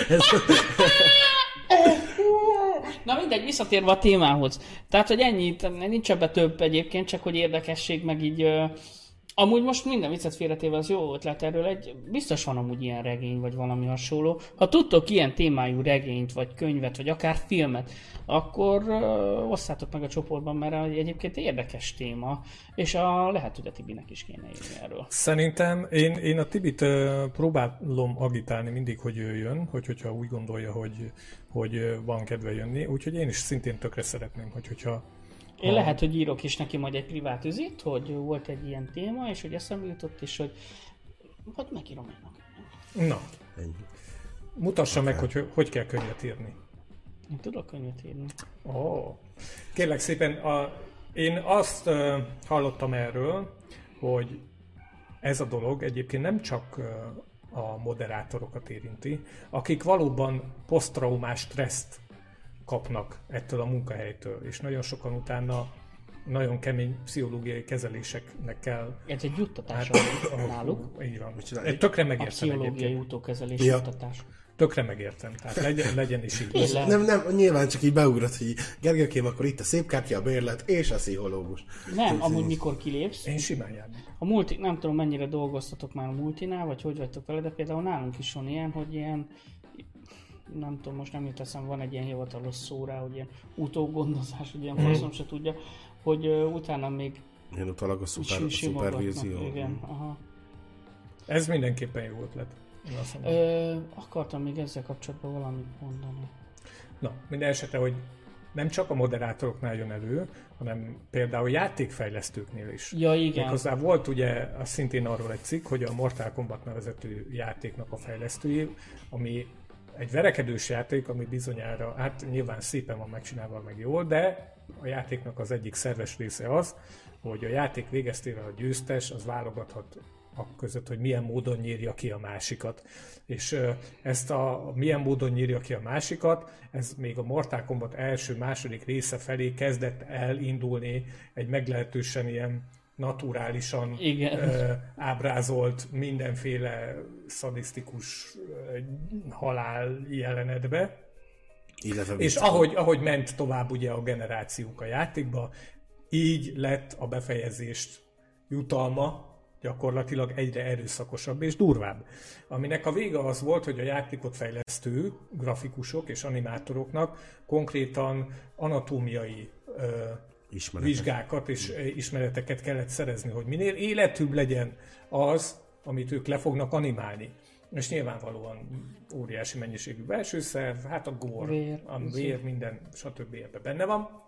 Na mindegy, visszatérve a témához. Tehát, hogy ennyi, nincs ebbe több egyébként, csak hogy érdekesség, meg így... Uh, amúgy most minden viccet félretéve az jó ötlet erről, egy, biztos van amúgy ilyen regény, vagy valami hasonló. Ha tudtok ilyen témájú regényt, vagy könyvet, vagy akár filmet, akkor uh, osszátok meg a csoportban, mert egyébként érdekes téma, és a lehet, hogy a Tibinek is kéne írni erről. Szerintem én, én a Tibit uh, próbálom agitálni mindig, hogy jöjjön, hogy, hogyha úgy gondolja, hogy, hogy van kedve jönni, úgyhogy én is szintén tökre szeretném, hogy, hogyha Én ha... lehet, hogy írok is neki majd egy privát üzit, hogy volt egy ilyen téma, és hogy eszembe jutott, és hogy hát megírom ennek. Na, ennyi. Mutassa meg, hogy hogy kell könyvet írni. Én tudok könyvet írni. Ó, oh. Kérlek szépen, a, én azt uh, hallottam erről, hogy ez a dolog egyébként nem csak uh, a moderátorokat érinti, akik valóban posztraumás stresszt kapnak ettől a munkahelytől, és nagyon sokan utána nagyon kemény pszichológiai kezeléseknek kell... Ez egy juttatás hát, náluk. Így van. Tökre megértem. A pszichológiai utókezelés ja. juttatás. Tökre megértem. Tehát legyen, legyen is így. Nem, nem, nyilván csak így beugrott, hogy Gergőkém, akkor itt a szép kártya, a bérlet és a pszichológus. Nem, Tudsz amúgy mikor kilépsz. Én simán járnék. A multi, nem tudom mennyire dolgoztatok már a multinál, vagy hogy vagytok vele, de például nálunk is van ilyen, hogy ilyen nem tudom, most nem jut eszem, van egy ilyen hivatalos szó rá, hogy ilyen utógondozás, hogy ilyen mm. faszom se tudja, hogy uh, utána még ilyen utalagos szuper, szupervízió. Igen, aha. Ez mindenképpen jó ötlet. Ö, akartam még ezzel kapcsolatban valamit mondani. Na, minden esetre, hogy nem csak a moderátoroknál jön elő, hanem például játékfejlesztőknél is. Ja, igen. Méghozzá volt ugye szintén arról egy cikk, hogy a Mortal Kombat nevezetű játéknak a fejlesztői, ami egy verekedős játék, ami bizonyára, hát nyilván szépen van megcsinálva, meg jól, de a játéknak az egyik szerves része az, hogy a játék végeztére a győztes, az válogathat a között, hogy milyen módon nyírja ki a másikat. És ezt a milyen módon nyírja ki a másikat, ez még a Mortal Kombat első-második része felé kezdett elindulni egy meglehetősen ilyen naturálisan ö, ábrázolt mindenféle szadisztikus ö, halál jelenetbe. Illetve és ahogy, ahogy ment tovább ugye a generációk a játékba, így lett a befejezést jutalma gyakorlatilag egyre erőszakosabb és durvább. Aminek a vége az volt, hogy a játékot fejlesztő grafikusok és animátoroknak konkrétan anatómiai ö, vizsgákat és ismereteket kellett szerezni, hogy minél életűbb legyen az, amit ők le fognak animálni. És nyilvánvalóan óriási mennyiségű belsőszerv, hát a gore, vér, a vér, minden, stb. Ebben benne van.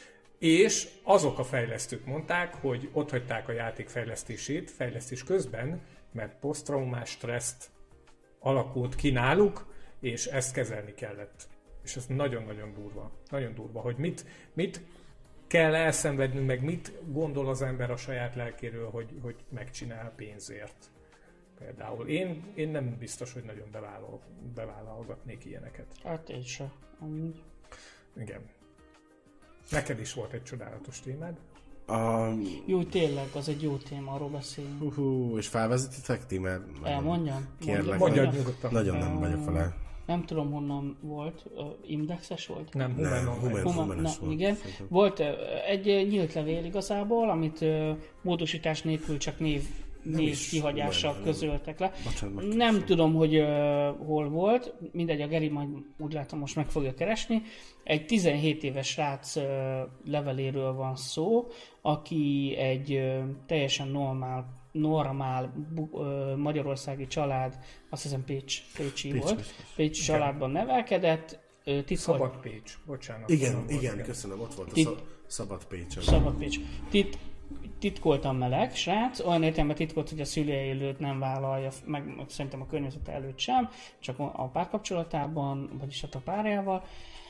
És azok a fejlesztők mondták, hogy ott hagyták a játék fejlesztését fejlesztés közben, mert posztraumás stresszt alakult ki náluk, és ezt kezelni kellett. És ez nagyon-nagyon durva. Nagyon durva, hogy mit, mit kell elszenvednünk, meg mit gondol az ember a saját lelkéről, hogy, hogy megcsinál pénzért. Például én, én nem biztos, hogy nagyon bevállal, bevállalgatnék ilyeneket. Hát én sem. Amúgy. Igen. Neked is volt egy csodálatos témád. Um, jó, tényleg, az egy jó téma, arról beszélünk. Uh, és felvezetitek ti, mert... Elmondjam? Kérlek, mondjad nyugodtan. Nagyon nem vagyok vele. nem tudom honnan volt, indexes volt? Nem, Nem, Human, Human, Human, Humanes na, volt. igen. Szerintem. Volt ö, egy nyílt levél igazából, amit ö, módosítás nélkül csak név, név is kihagyással Human, nem. közöltek le. Bocsánat, meg Nem tudom. tudom, hogy ö, hol volt, mindegy, a Geri majd úgy látom most meg fogja keresni. Egy tizenhét éves srác ö, leveléről van szó, aki egy ö, teljesen normál, normál bu, ö, magyarországi család, azt hiszem Pécs, Pécsi Pécs, volt, Pécs. Pécsi családban nevelkedett, ö, titkol, Szabad Pécs, bocsánat. Igen, Honnan igen, volt, köszönöm, ott volt a Itt- szab- Szabad Pécs. Szabad Pécs. Tit, titkoltan meleg srác, olyan értelemben titkolt, hogy a szülei előtt nem vállalja, meg, meg szerintem a környezete előtt sem, csak a párkapcsolatában, vagyis hát a párjával.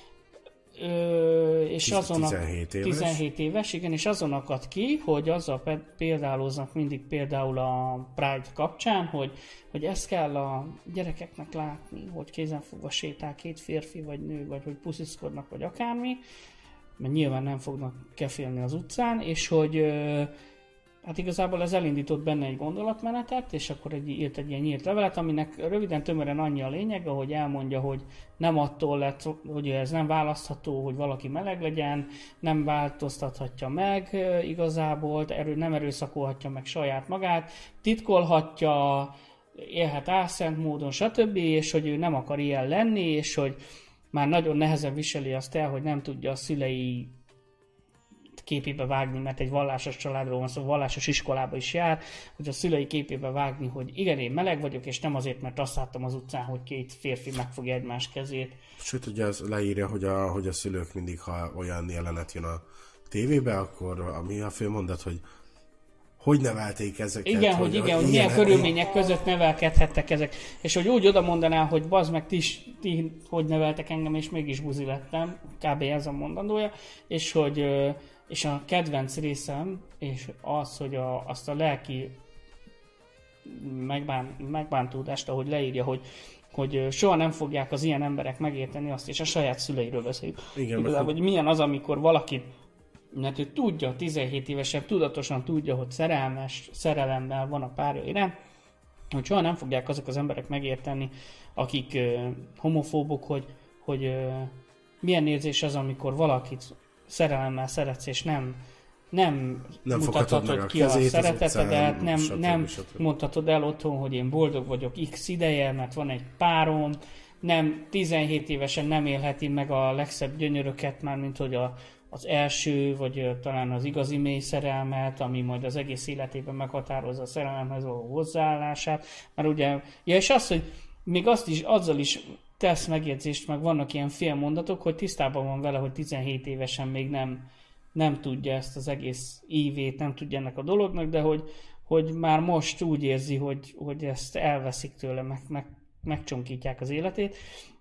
Ö, és Tiz- azon a, tizenhét éves. tizenhét éves, igen, és azon akad ki, hogy azzal pe- példáloznak mindig például a Pride kapcsán, hogy, hogy ezt kell a gyerekeknek látni, hogy kézenfogva sétál két férfi vagy nő, vagy hogy pusziszkodnak, vagy akármi, mert nyilván nem fognak kefélni az utcán, és hogy ö, hát igazából ez elindított benne egy gondolatmenetet, és akkor egy, írt egy ilyen nyílt levelet, aminek röviden tömören annyi a lényeg, ahogy elmondja, hogy nem attól lett, hogy ez nem választható, hogy valaki meleg legyen, nem változtathatja meg ö, igazából, erő, nem erőszakolhatja meg saját magát, titkolhatja, élhet álszent módon, stb., és hogy ő nem akar ilyen lenni, és hogy már nagyon nehezen viseli azt el, hogy nem tudja a szülei képébe vágni, mert egy vallásos családról van szó, vallásos iskolába is jár, hogy a szülei képébe vágni, hogy igen, én meleg vagyok, és nem azért, mert azt láttam az utcán, hogy két férfi megfogja egymás kezét. Sőt, ugye az leírja, hogy a, hogy a szülők mindig, ha olyan jelenet jön a tévébe, akkor ami a fő mondat, hogy hogy nevelték ezeket. Igen, hogy, igen, hogy milyen körülmények között nevelkedhettek ezek. És hogy úgy oda mondaná, hogy bazd meg, ti, is, ti hogy neveltek engem, és mégis buzi lettem. Kb. Ez a mondandója. És hogy ö, és a kedvenc részem, és az, hogy a, azt a lelki megbán, megbántódást, ahogy leírja, hogy, hogy soha nem fogják az ilyen emberek megérteni azt, és a saját szüleiről beszéljük. Igen, Igazából, meg- hogy milyen az, amikor valaki, mert ő tudja, tizenhét évesen tudatosan tudja, hogy szerelmes, szerelemmel van a párja iránt, hogy soha nem fogják azok az emberek megérteni, akik ö, homofóbok, hogy, hogy ö, milyen érzés az, amikor valakit szerelemmel szeretsz, és nem, nem, Nem foghatod mutathatod meg a ki a kezét az szeretetedet, utcán, nem, stb. nem stb. mondhatod el otthon, hogy én boldog vagyok x ideje, mert van egy párom, nem tizenhét évesen nem élheti meg a legszebb gyönyöröket, már mint hogy a, az első, vagy ö, talán az igazi mély szerelmet, ami majd az egész életében meghatározza a szerelemhez való hozzáállását. Mert ugye, ja, és az, hogy még azt is, azzal is tesz megjegyzést, meg vannak ilyen félmondatok, hogy tisztában van vele, hogy tizenhét évesen még nem, nem tudja ezt az egész ívét, nem tudja ennek a dolognak, de hogy, hogy már most úgy érzi, hogy, hogy ezt elveszik tőle, meg, meg, megcsonkítják az életét.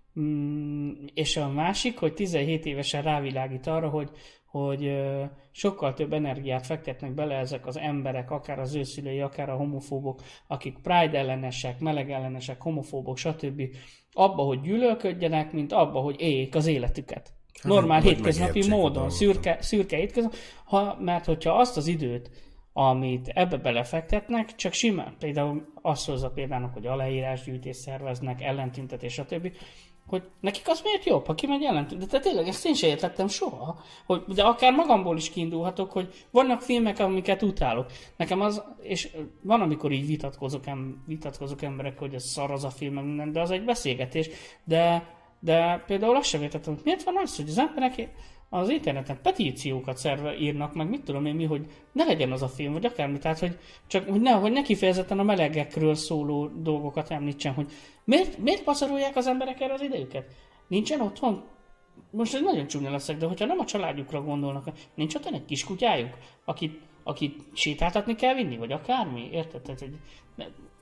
Mm, és a másik, hogy tizenhét évesen rávilágít arra, hogy, hogy ö, sokkal több energiát fektetnek bele ezek az emberek, akár az ő szülei, akár a homofóbok, akik Pride ellenesek, meleg ellenesek, homofóbok, stb. Abba, hogy gyűlölködjenek, mint abba, hogy éljék az életüket. Hát, Normál hogy hétköznapi megértsék a módon, dolgokat. szürke, szürke hétköznapi, ha, mert hogyha azt az időt, amit ebbe belefektetnek, csak simán, például azt hozza például, hogy aláírásgyűjtést szerveznek, ellentüntetés, stb., hogy nekik az miért jobb, ha kimegy ellentüntetés. De tényleg ezt én sem értettem soha, hogy, de akár magamból is kiindulhatok, hogy vannak filmek, amiket utálok. Nekem az, és van, amikor így vitatkozok, em, vitatkozok emberek, hogy ez szar az a film, meg minden, de az egy beszélgetés, de, de például azt sem értettem, hogy miért van az, hogy az emberek az interneten petíciókat szerve írnak, meg mit tudom én mi, hogy ne legyen az a film, vagy akármi, tehát hogy csak hogy ne, hogy ne kifejezetten a melegekről szóló dolgokat említsen, hogy miért, miért pazarolják az emberek erre az idejüket? Nincsen otthon? Most ez nagyon csúnya leszek, de hogyha nem a családjukra gondolnak, nincs otthon egy kiskutyájuk, akit, akit sétáltatni kell vinni, vagy akármi, érted? Tehát, hogy ne,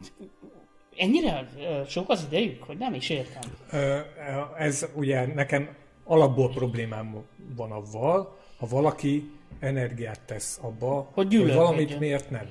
ennyire ö, sok az idejük, hogy nem is értem. Ö, Ez ugye nekem alapból problémám van avval, ha valaki energiát tesz abba, hogy, hogy gyűlölködjön. valamit miért nem.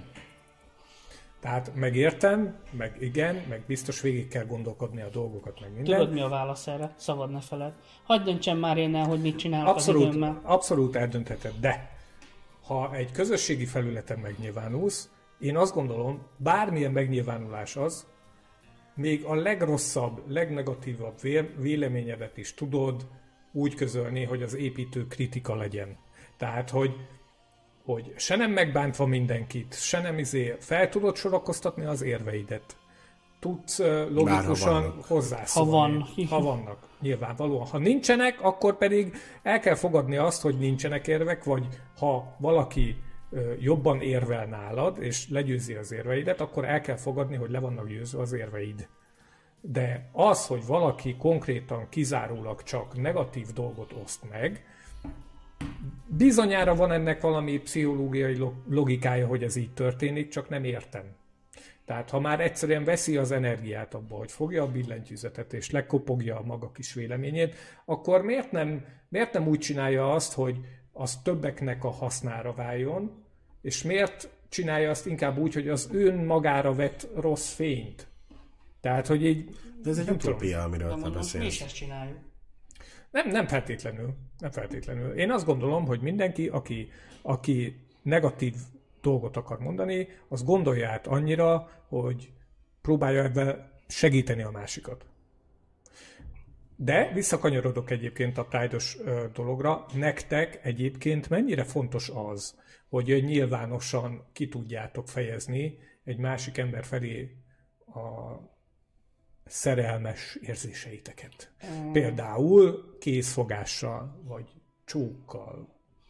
Tehát megértem, meg igen, meg biztos végig kell gondolkodni a dolgokat, meg minden. Tudod, mi a válasz erre? Szabad ne feled. Hagyd döntsem már én el, hogy mit csinálok az Abszolút, időmmel. abszolút eldöntheted, de ha egy közösségi felületen megnyilvánulsz, én azt gondolom, bármilyen megnyilvánulás az, még a legrosszabb, legnegatívabb véleményedet is tudod úgy közölni, hogy az építő kritika legyen. Tehát, hogy, hogy se nem megbántva mindenkit, se nem izé, fel tudod sorakoztatni az érveidet. Tudsz uh, logikusan hozzászólni. Ha van. Ha vannak, nyilvánvalóan. Ha nincsenek, akkor pedig el kell fogadni azt, hogy nincsenek érvek, vagy ha valaki uh, jobban érvel nálad, és legyőzi az érveidet, akkor el kell fogadni, hogy le vannak győzve az érveid. De az, hogy valaki konkrétan kizárólag csak negatív dolgot oszt meg, bizonyára van ennek valami pszichológiai logikája, hogy ez így történik, csak nem értem. Tehát ha már egyszerűen veszi az energiát abba, hogy fogja a billentyűzetet és lekopogja a maga kis véleményét, akkor miért nem, miért nem úgy csinálja azt, hogy az többeknek a hasznára váljon, és miért csinálja azt inkább úgy, hogy az ön magára vett rossz fényt? Tehát, hogy így... De ez egy utopia, amiről te beszélsz. Mi is ezt csináljuk? Nem, nem feltétlenül. Nem feltétlenül. Én azt gondolom, hogy mindenki, aki, aki negatív dolgot akar mondani, az gondolja át annyira, hogy próbálja ebben segíteni a másikat. De visszakanyarodok egyébként a Pride-os dologra. Nektek egyébként mennyire fontos az, hogy nyilvánosan ki tudjátok fejezni egy másik ember felé a szerelmes érzéseiteket. Mm. Például kézfogással, vagy csókkal.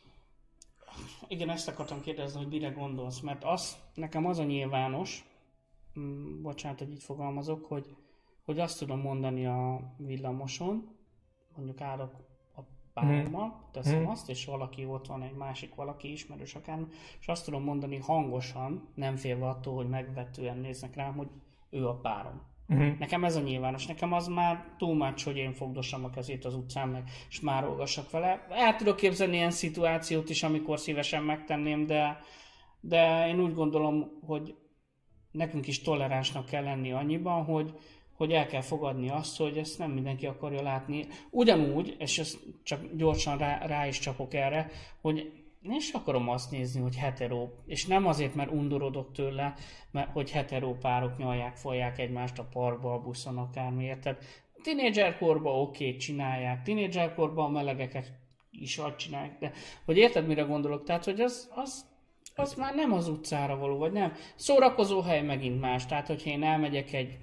Igen, ezt akartam kérdezni, hogy mire gondolsz, mert az, nekem az a nyilvános, mm, bocsánat, hogy így fogalmazok, hogy, hogy azt tudom mondani a villamoson, mondjuk állok a párommal, mm. teszem mm. azt, és valaki ott van, egy másik valaki, ismerős akár, és azt tudom mondani hangosan, nem félve attól, hogy megvetően néznek rám, hogy ő a párom. Uh-huh. Nekem ez a nyilvános, nekem az már túl much, hogy én fogdossam a kezét az utcán, meg és már olgassak vele. El tudok képzelni ilyen szituációt is, amikor szívesen megtenném, de, de én úgy gondolom, hogy nekünk is toleránsnak kell lenni annyiban, hogy, hogy el kell fogadni azt, hogy ezt nem mindenki akarja látni. Ugyanúgy, és ezt csak gyorsan rá, rá is csapok erre, hogy én is akarom azt nézni, hogy hetero, és nem azért, mert undorodok tőle, mert hogy hetero párok nyalják, folyják egymást a parkba, a buszon, akármiért. Tehát tínédzserkorban oké, okay, csinálják, tínédzserkorban a melegeket is azt csinálják, de hogy érted, mire gondolok? Tehát, hogy az, az, az már nem az utcára való, vagy nem. Szórakozó hely megint más, tehát, hogyha én elmegyek egy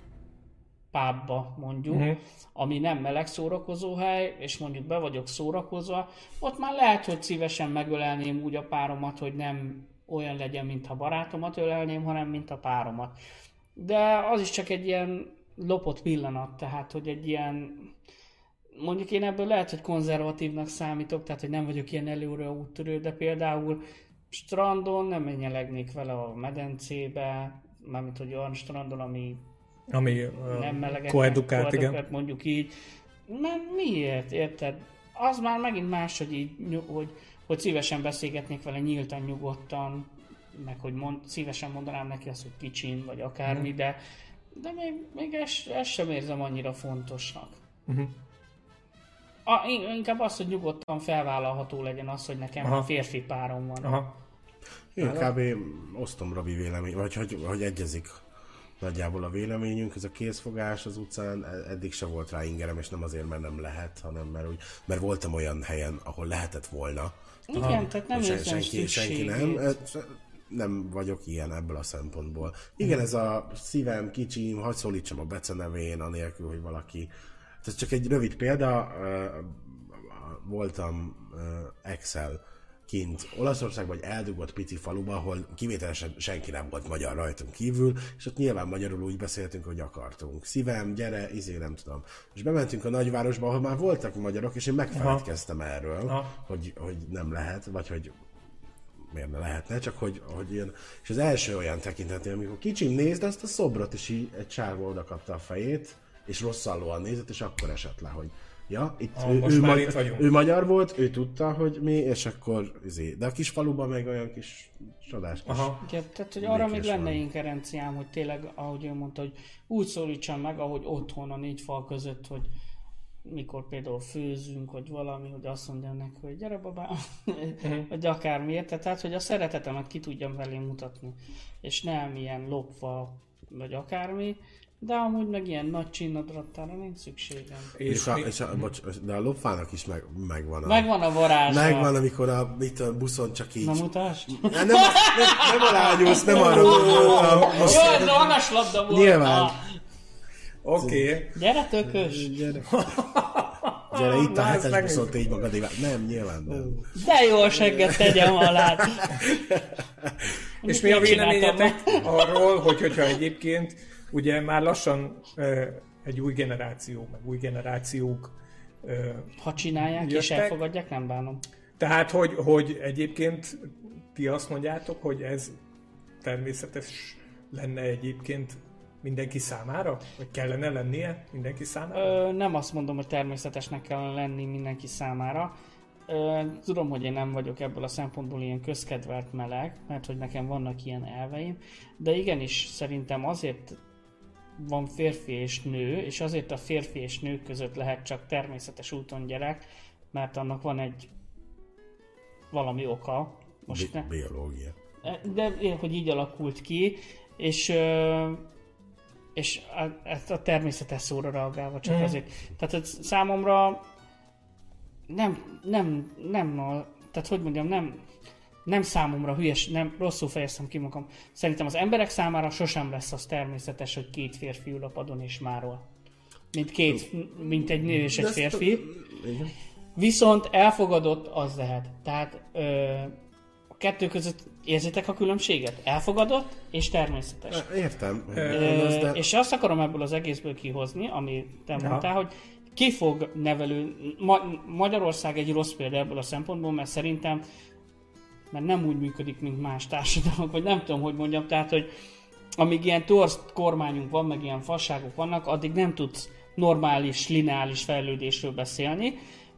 pubba mondjuk, uh-huh. ami nem meleg szórakozóhely, és mondjuk be vagyok szórakozva, ott már lehet, hogy szívesen megölelném úgy a páromat, hogy nem olyan legyen, mintha barátomat ölelném, hanem mint a páromat. De az is csak egy ilyen lopott pillanat, tehát, hogy egy ilyen, mondjuk én ebből lehet, hogy konzervatívnak számítok, tehát, hogy nem vagyok ilyen előre úttörő, de például strandon nem menjelegnék vele a medencébe, mármint, hogy olyan strandon, ami ami uh, koedukált, igen. Mondjuk így. Mert miért, érted? Az már megint más, hogy így, hogy, hogy szívesen beszélgetnék vele nyíltan, nyugodtan, meg hogy mond, szívesen mondanám neki azt, hogy kicsin, vagy akármi, mm. de, de még, még ezt, ezt sem érzem annyira fontosnak. Mm-hmm. A, inkább az, hogy nyugodtan felvállalható legyen az, hogy nekem Aha. férfi párom van. Aha. Én kb. Osztom Robi vélemény, vagy hogy, hogy egyezik nagyjából a véleményünk, ez a kézfogás az utcán eddig se volt rá ingerem, és nem azért, mert nem lehet, hanem mert, úgy, mert voltam olyan helyen, ahol lehetett volna. Igen, Aha. tehát nem érzem senki, senki nem. Nem vagyok ilyen ebből a szempontból. Igen, ez a szívem, kicsim, hadd szólítsam a becenevén, anélkül, hogy valaki... Ez csak egy rövid példa, voltam Excel kint Olaszországban, egy eldugott pici faluban, ahol kivételesen senki nem volt magyar rajtunk kívül, és ott nyilván magyarul úgy beszéltünk, hogy akartunk. Szívem, gyere, izé, nem tudom. És bementünk a nagyvárosba, ahol már voltak magyarok, és én megfeledkeztem Aha. erről, Aha. hogy, hogy nem lehet, vagy hogy miért ne lehetne, csak hogy, hogy ilyen... És az első olyan tekintetén, amikor kicsim nézd azt a szobrot, és így egy csávó oda kapta a fejét, és rosszallóan nézett, és akkor esett le, hogy ja, itt ah, ő, ő, ma- itt ő magyar volt, ő tudta, hogy mi, és akkor izé. De a kis faluban meg olyan kis csodás kis... Aha. Igen, tehát, hogy arra még lenne inkerenciám, hogy tényleg, ahogy ő mondta, hogy úgy szólítsam meg, ahogy otthon a négy fal között, hogy mikor például főzünk, vagy valami, hogy azt mondja neki, hogy gyere babám, uh-huh. vagy akármiért. Tehát, hogy a szeretetemet ki tudjam velém mutatni. És nem ilyen lopva, vagy akármi. De amúgy meg ilyen nagy csinnadrattára nincs szükségem. És, és, a, és a, bocs, de a lopfának is meg, megvan a... Megvan a varázsa. Megvan, amikor a, mit a buszon csak így... Na mutasd. Nem, nem, nem, nem arányulsz, nem arra gondoltam. Jó, de magaslabda volt. Nyilván. Oké. Okay. Gyere tökös. Gyere, Gyere itt a hetes buszon tégy magadévá. Nem, nyilván nem. De jól segget tegyem alá. És mi a véleményetek arról, hogy, hogyha egyébként ugye már lassan uh, egy új generáció, meg új generációk uh, ha csinálják jöttek, és elfogadják, nem bánom. Tehát, hogy, hogy egyébként ti azt mondjátok, hogy ez természetes lenne egyébként mindenki számára? Vagy kellene lennie mindenki számára? Ö, nem azt mondom, hogy természetesnek kellene lenni mindenki számára. Ö, tudom, hogy én nem vagyok ebből a szempontból ilyen közkedvelt meleg, mert hogy nekem vannak ilyen elveim, de igenis szerintem azért van férfi és nő, és azért a férfi és nő között lehet csak természetes úton gyerek, mert annak van egy valami oka. Most Bi- biológia. De hogy így alakult ki, és, és ezt a természetes szóra reagálva csak mm. azért. Tehát számomra nem, nem, nem, tehát hogy mondjam, nem, nem számomra hülyes, nem, rosszul fejeztem ki magam. Szerintem az emberek számára sosem lesz az természetes, hogy két férfi ül a padon és márol. Mint, két, mint egy nő és egy férfi. Viszont elfogadott az lehet. Tehát ö, a kettő között érzitek a különbséget? Elfogadott és természetes. Értem. Ö, de... És azt akarom ebből az egészből kihozni, amit te ja. mondtál, hogy ki fog nevelő... Ma- Magyarország egy rossz példa ebből a szempontból, mert szerintem mert nem úgy működik, mint más társadalmak, vagy nem tudom, hogy mondjam, tehát, hogy amíg ilyen torz kormányunk van, meg ilyen fasságok vannak, addig nem tudsz normális, lineális fejlődésről beszélni,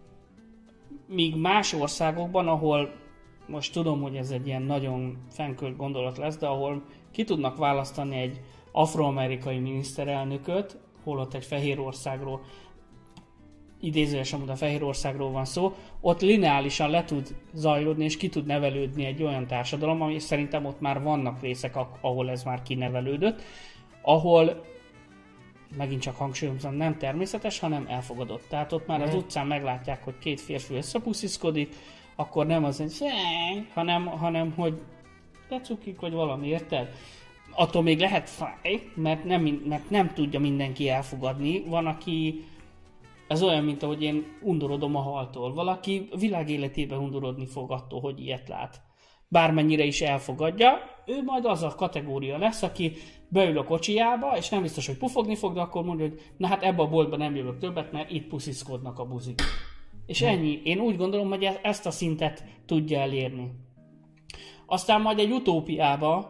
míg más országokban, ahol most tudom, hogy ez egy ilyen nagyon fennkölt gondolat lesz, de ahol ki tudnak választani egy afroamerikai miniszterelnököt, holott egy fehér országról, idézőesen mondom, a fehér országról van szó, ott lineálisan le tud zajlódni és ki tud nevelődni egy olyan társadalom, ami szerintem ott már vannak részek, ahol ez már kinevelődött, ahol megint csak hangsúlyozom, nem természetes, hanem elfogadott. Tehát ott már az utcán meglátják, hogy két férfi összepusziszkodik, akkor nem az, hogy hanem, hanem hogy te cukik, vagy valami, érted? Attól még lehet fáj, mert nem, mert nem tudja mindenki elfogadni. Van, aki ez olyan, mint ahogy én undorodom a haltól. Valaki világ életében undorodni fog attól, hogy ilyet lát. Bármennyire is elfogadja, ő majd az a kategória lesz, aki beül a kocsijába, és nem biztos, hogy pufogni fog, de akkor mondja, hogy na hát ebbe a boltba nem jövök többet, mert itt pusziszkodnak a buzik. És ennyi. Én úgy gondolom, hogy ezt a szintet tudja elérni. Aztán majd egy utópiába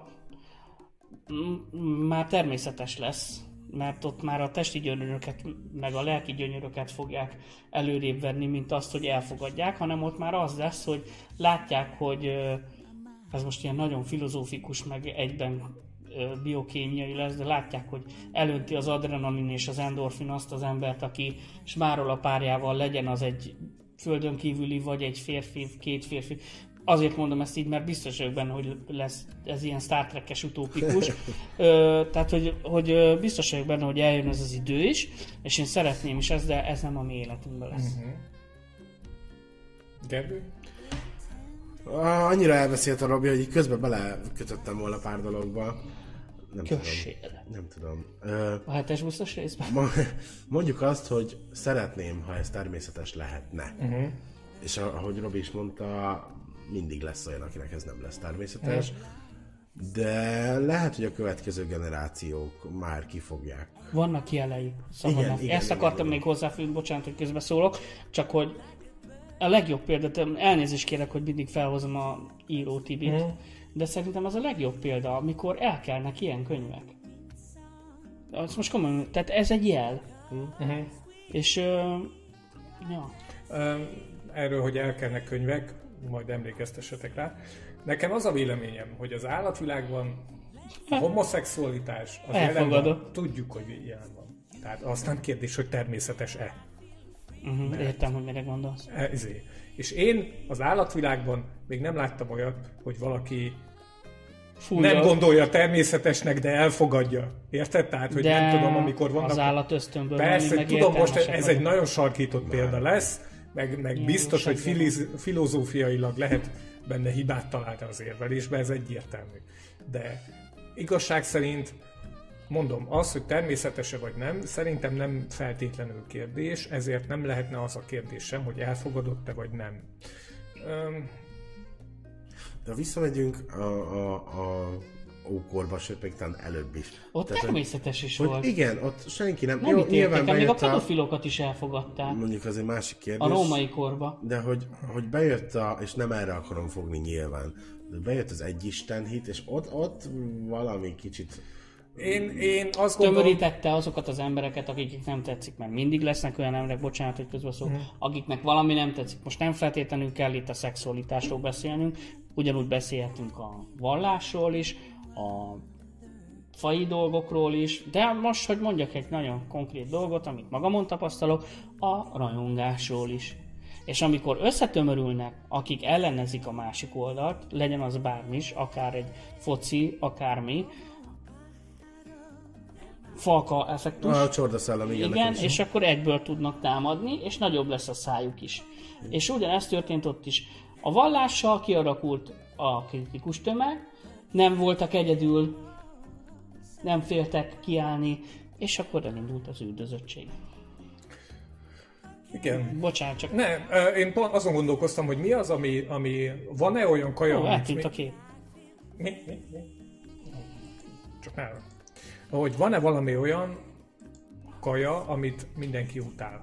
már természetes lesz, mert ott már a testi gyönyöröket, meg a lelki gyönyöröket fogják előrébb venni, mint azt, hogy elfogadják, hanem ott már az lesz, hogy látják, hogy ez most ilyen nagyon filozófikus, meg egyben biokémiai lesz, de látják, hogy elönti az adrenalin és az endorfin azt az embert, aki smárol a párjával, legyen az egy földön kívüli, vagy egy férfi, két férfi. Azért mondom ezt így, mert biztos vagyok benne, hogy lesz ez ilyen Star Trek-es utópikus. Ö, tehát, hogy, hogy biztos vagyok benne, hogy eljön ez az idő is, és én szeretném is ezt, de ez nem a mi életünkben lesz. Uh-huh. Gergő? Annyira elbeszélt a Robi, hogy így közben belekötöttem volna pár dologba. Nem Kössél. tudom. Nem tudom. Ö, a hetes buszos részben? Mondjuk azt, hogy szeretném, ha ez természetes lehetne. Uh-huh. És ahogy Robi is mondta, mindig lesz olyan, akinek ez nem lesz természetes. Uh-huh. De lehet, hogy a következő generációk már kifogják. Vannak jelei. Igen, igen, ezt igen, akartam igen, még hozzáfűzni, bocsánat, hogy közbeszólok, csak hogy a legjobb példát, elnézést kérek, hogy mindig felhozom a író Tibit, mm. de szerintem az a legjobb példa, amikor elkelnek ilyen könyvek. Azt most komolyan, tehát ez egy jel. Mm-hmm. És, uh, ja. Erről, hogy elkelnek könyvek, majd emlékeztessetek rá. Nekem az a véleményem, hogy az állatvilágban a homoszexualitás az jelen van, tudjuk, hogy jelen van. Tehát azt nem kérdés, hogy természetes-e. Uh-huh, mert, értem, hogy mire gondolsz. Ezért. És én az állatvilágban még nem láttam olyat, hogy valaki Fújja. Nem gondolja természetesnek, de elfogadja. Érted? Tehát, hogy de nem tudom, amikor vannak... az állat ösztönből Persze, meg tudom, most ez vagyunk. egy nagyon sarkított példa lesz, meg, meg Ilyen biztos, hogy seggen. filiz, filozófiailag lehet benne hibát találni az érvelésbe, ez egyértelmű. De igazság szerint, mondom, az, hogy természetese vagy nem, szerintem nem feltétlenül kérdés, ezért nem lehetne az a kérdés sem, hogy elfogadott-e vagy nem. Öm, De visszamegyünk a, a, a ókorba, sőt még talán előbb is. Ott Tehát, természetes is hogy, volt. hogy igen, ott senki nem... Nem ítélték, még a bejött pedofilokat is elfogadták. Mondjuk az egy másik kérdés. A római korba. De hogy, hogy bejött a, és nem erre akarom fogni nyilván, de bejött az egyisten hit, és ott, ott valami kicsit... én, én azt gondolom... Tömörítette azokat az embereket, akiknek nem tetszik, mert mindig lesznek olyan emberek, bocsánat, hogy közbeszólok, Mhm. akiknek valami nem tetszik. Most nem feltétlenül kell itt a szexualitásról beszélnünk, ugyanúgy beszélhetünk a vallásról is, a faji dolgokról is, de most, hogy mondjak egy nagyon konkrét dolgot, amit magamon tapasztalok, a rajongásról is. És amikor összetömörülnek, akik ellenezik a másik oldalt, legyen az bármi is, akár egy foci, akármi, falka effektus. A csordaszellem, igen. Igen, nekem és sem. akkor egyből tudnak támadni, és nagyobb lesz a szájuk is. És ugyanezt történt ott is. A vallással kialakult a kritikus tömeg, nem voltak egyedül, nem féltek kiállni, és akkor elindult az üldözöttség. Igen. Bocsánat, csak Nem, ö, én pont azon gondolkoztam, hogy mi az, ami, ami van-e olyan kaja, jó, amit... eltűnt a kép. Mi? Mi? Mi? Csak nálam. Hogy van-e valami olyan kaja, amit mindenki utál?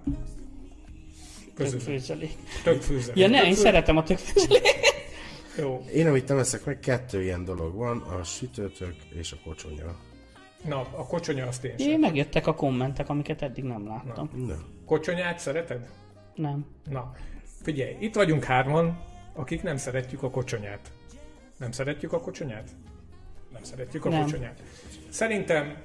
Közül. Többfőzelék. Tök főzelék. Ja ne, én Tök fő- szeretem a többfőzelék. Jó. Én, amit nem eszek meg, kettő ilyen dolog van, a sütőtök és a kocsonya. Na, a kocsonya azt én sem. Én megjöttek a kommentek, amiket eddig nem láttam. Na. Kocsonyát szereted? Nem. Na, figyelj, itt vagyunk hárman, akik nem szeretjük a kocsonyát. Nem szeretjük a kocsonyát? Nem szeretjük a Nem. kocsonyát. Szerintem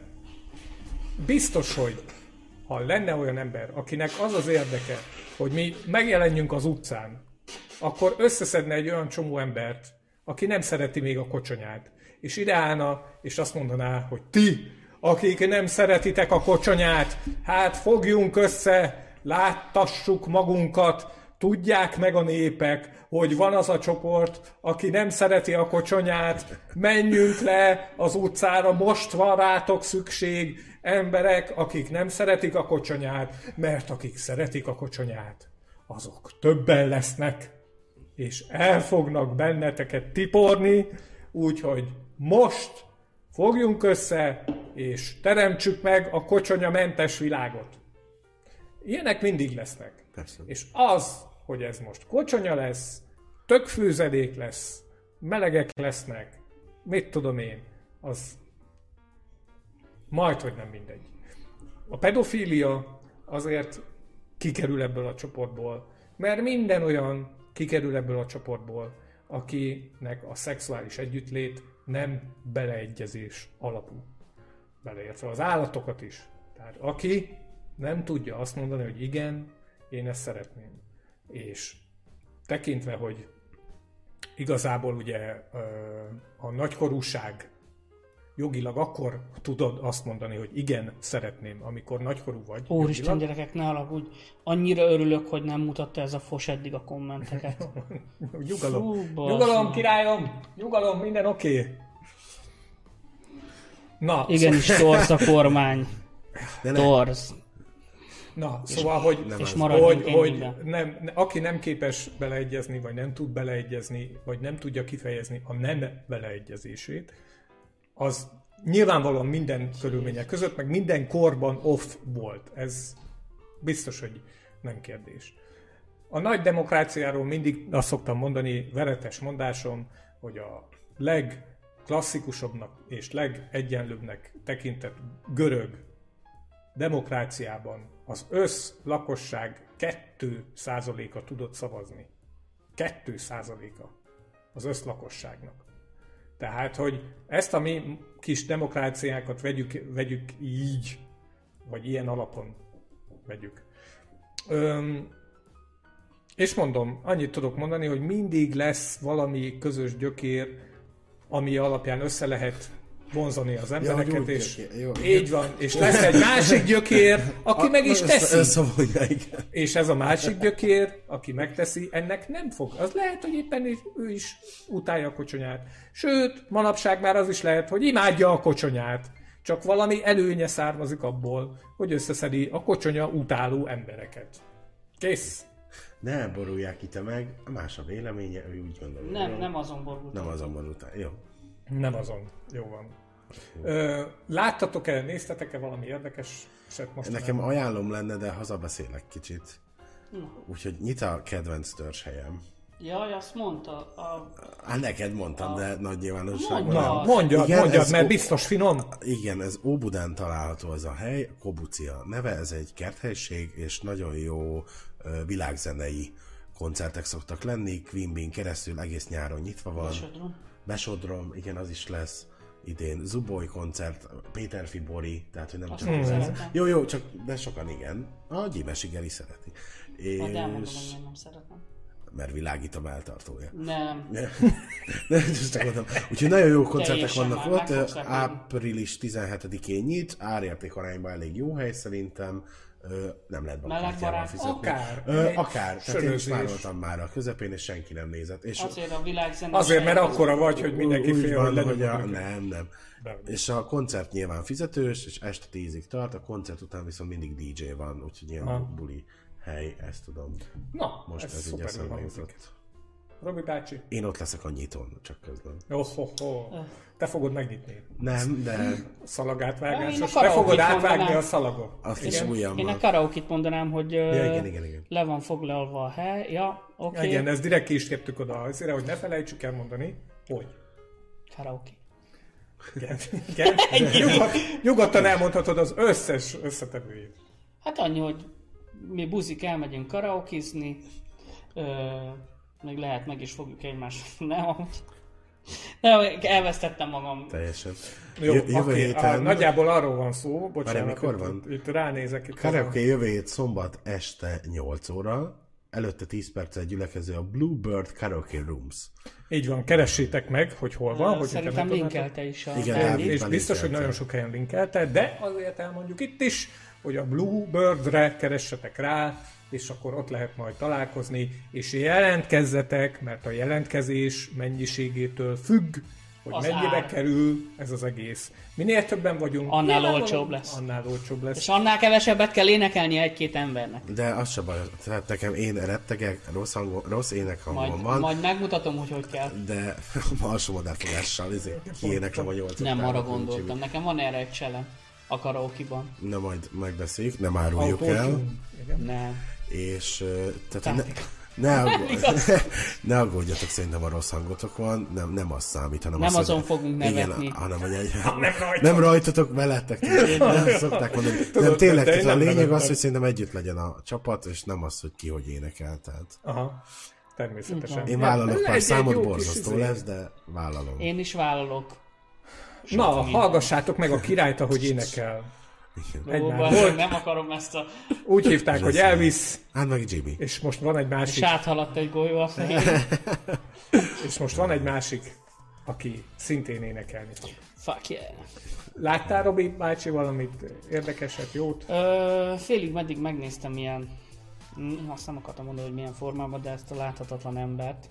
biztos, hogy ha lenne olyan ember, akinek az az érdeke, hogy mi megjelenjünk az utcán, akkor összeszedne egy olyan csomó embert, aki nem szereti még a kocsonyát. És ide állna, és azt mondaná, hogy ti, akik nem szeretitek a kocsonyát, hát fogjunk össze, láttassuk magunkat, tudják meg a népek, hogy van az a csoport, aki nem szereti a kocsonyát, menjünk le az utcára, most van rátok szükség, emberek, akik nem szeretik a kocsonyát, mert akik szeretik a kocsonyát, azok többen lesznek, és el fognak benneteket tiporni, úgyhogy most fogjunk össze, és teremtsük meg a kocsonyamentes világot. Ilyenek mindig lesznek. Persze. És az, hogy ez most kocsonya lesz, tökfőzedék lesz, melegek lesznek, mit tudom én, az majd, hogy nem mindegy. A pedofília azért kikerül ebből a csoportból, mert minden olyan kikerül ebből a csoportból, akinek a szexuális együttlét nem beleegyezés alapú. Beleértve az állatokat is. Tehát aki nem tudja azt mondani, hogy igen, én ezt szeretném. És tekintve, hogy igazából ugye a nagykorúság jogilag akkor tudod azt mondani, hogy igen, szeretném, amikor nagykorú vagy. Úristen, jogilag. gyerekek, ne alagudj. Annyira örülök, hogy nem mutatta ez a fos eddig a kommenteket. Nyugalom. Fú, basszus. Nyugalom, királyom! Nyugalom, minden oké. Okay. Na, Igenis, torz a kormány. De nem, Torz. Na, szóval, hogy, nem És az. maradjunk hogy, hogy ennyiben. nem, aki nem képes beleegyezni, vagy nem tud beleegyezni, vagy nem tudja kifejezni a nem beleegyezését, az nyilvánvalóan minden körülmények között, meg minden korban off volt. Ez biztos, hogy nem kérdés. A nagy demokráciáról mindig azt szoktam mondani, veretes mondásom, hogy a legklasszikusabbnak és legegyenlőbbnek tekintett görög demokráciában az össz lakosság két százaléka tudott szavazni. két százaléka az össz lakosságnak. Tehát, hogy ezt a mi kis demokráciákat vegyük, vegyük így, vagy ilyen alapon vegyük. Öm, és mondom, annyit tudok mondani, hogy mindig lesz valami közös gyökér, ami alapján össze lehet vonzani az embereket, Ja, és gyógygyökér, jó. így van, és lesz egy másik gyökér, aki A- meg is össze- teszi. Összevonja, igen. És ez a másik gyökér, aki megteszi, ennek nem fog. Az lehet, hogy éppen is- ő is utálja a kocsonyát. Sőt, manapság már az is lehet, hogy imádja a kocsonyát. Csak valami előnye származik abból, hogy összeszedi a kocsonya utáló embereket. Kész. Ne borulják ki te meg, más a véleménye, ő úgy gondolja. Nem, jó? nem azon borult. Nem azon borultál. Jó. Nem azon. Jó van. Ö, láttatok-e, néztetek-e valami érdekeset most? Nekem ajánlom lenne, de hazabeszélek kicsit. Úgyhogy nyit a kedvenc törzshelyem. Jaj, azt mondta. A... Hát neked mondtam, de nagy nyilvánosságban Mondja. nem. Na, mondjad, Igen, mondjad, ez mert o- biztos finom. Igen, ez Óbudán található ez a hely, Kobucia neve, ez egy kerthelység, és nagyon jó ö, világzenei koncertek szoktak lenni, Queen Bee-n keresztül egész nyáron nyitva van. Besodrom. Besodrom, igen, az is lesz idén. Zuboly koncert, Péter Fibori, tehát hogy nem Azt csak nem az. szeretem. Jó, jó, csak de sokan igen. A Gyimesi Geri szereti. Majd elmondom, És... hogy miért nem szeretem. Mert világítom eltartója. Nem. De ezt csak mondtam. Úgyhogy nagyon jó koncertek Teljesen vannak már ott. meg fogsz lepődni. április tizenhetedikén nyit, árérték arányban elég jó hely szerintem. Ö, nem lehet bankkártyával Melegbarát? fizetni. Akár. Ö, Egy akár. Tehát én is sörözés. már voltam már a közepén, és senki nem nézett. És Azért a világzene... Azért, mert akkora vagy, hogy mindenki úgy fél, van, hogy hogy lenyomod a, őket. nem, nem. De- És a koncert nyilván fizetős, és este tízig tart, a koncert után viszont mindig dé dzsé van, úgyhogy ilyen Aha. buli hely, ezt tudom. Na, Most ez ez, így szuperül eszembe hangzik. jutott. Robi bácsi. Én ott leszek a nyitón, csak közben. Oh, oh, oh. Te fogod megnyitni. Nem, de A szalagátvágásos. Én a Te karaokét fogod átvágni mondanám. a szalagot. azt is Én, én a ujjammal. karaokit mondanám, hogy Ja, ö, igen, igen, igen. le van foglalva a hely. Ja, oké. Okay. Igen, ezt direkt ki is kértük oda azért, hogy ne felejtsük el mondani, hogy. Karaoke. Igen. Igen. Nyugod, nyugodtan elmondhatod az összes összetevőjét. Hát annyi, hogy mi buzik elmegyünk karaokizni, ö, még lehet meg is fogjuk egymást. Nem, amúgy. Nem, elvesztettem magam. Teljesen. Jó, Jö- jövő oké, héten... a, nagyjából arról van szó, bocsánat, mikor itt, van? Itt, itt ránézek. Itt Karaoke jövő hét szombat este nyolc óra, előtte tíz perccel gyülekező a Bluebird Karaoke Rooms. Így van, keressétek meg, hogy hol van. Hogy Szerintem interneten linkelte is a Igen, Andy. Dávid. És Éppen biztos, hogy linkelte. nagyon sok helyen linkelte, de azért elmondjuk itt is, hogy a Bluebirdre keressetek rá, és akkor ott lehet majd találkozni, és jelentkezzetek, mert a jelentkezés mennyiségétől függ, hogy Az mennyibe ár. kerül ez az egész. Minél többen vagyunk, Annál nyilvánvalóan olcsóbb lesz. Annál olcsóbb lesz. És annál kevesebbet kell énekelni egy-két embernek. De az se baj, tehát nekem én rettegek, rossz, hangol, rossz énekhangom Majd, van, majd megmutatom, hogy hogy kell. de alsó modellfogással izé, kiéneklem a nyolc Nem oktávot, arra mint gondoltam. Jimmy. Nekem van erre egy challenge a karaoke-ban. Na majd megbeszéljük, nem áruljuk el, Autótune. Igen. Nem. és ö, tehát ne, Tehát- ne, aggódj, ne aggódjatok, szerintem a rossz hangotok van, nem, nem az számít, hanem Nem az, hogy- azon fogunk nevetni. Igen, hanem hogy egy, nem rajta. nem rajtatok, velettek, nem szokták mondani. Nem, tényleg, de én tehát a nem lényeg az, nevettem. hogy szerintem együtt legyen a csapat, és nem az, hogy ki hogy énekel, tehát Aha, természetesen. én vállalok Egy- pár egy számot, jó kis borzasztó izé. lesz, de vállalom. Én is vállalok. Na, hallgassátok meg a királyt, ahogy énekel. Ó, Egymás. bazdmeg, nem akarom ezt a... Úgy hívták, hogy Elvis, Hát meg Jimmy. és most van egy És másik, áthaladt egy golyó a fején. és most van egy másik, aki szintén énekelni fog. Fuck yeah. Láttál, Robi bácsi, valamit érdekeset, jót? Ö, félig meddig megnéztem ilyen... Hm, azt nem akartam mondani, hogy milyen formában, de ezt a láthatatlan embert.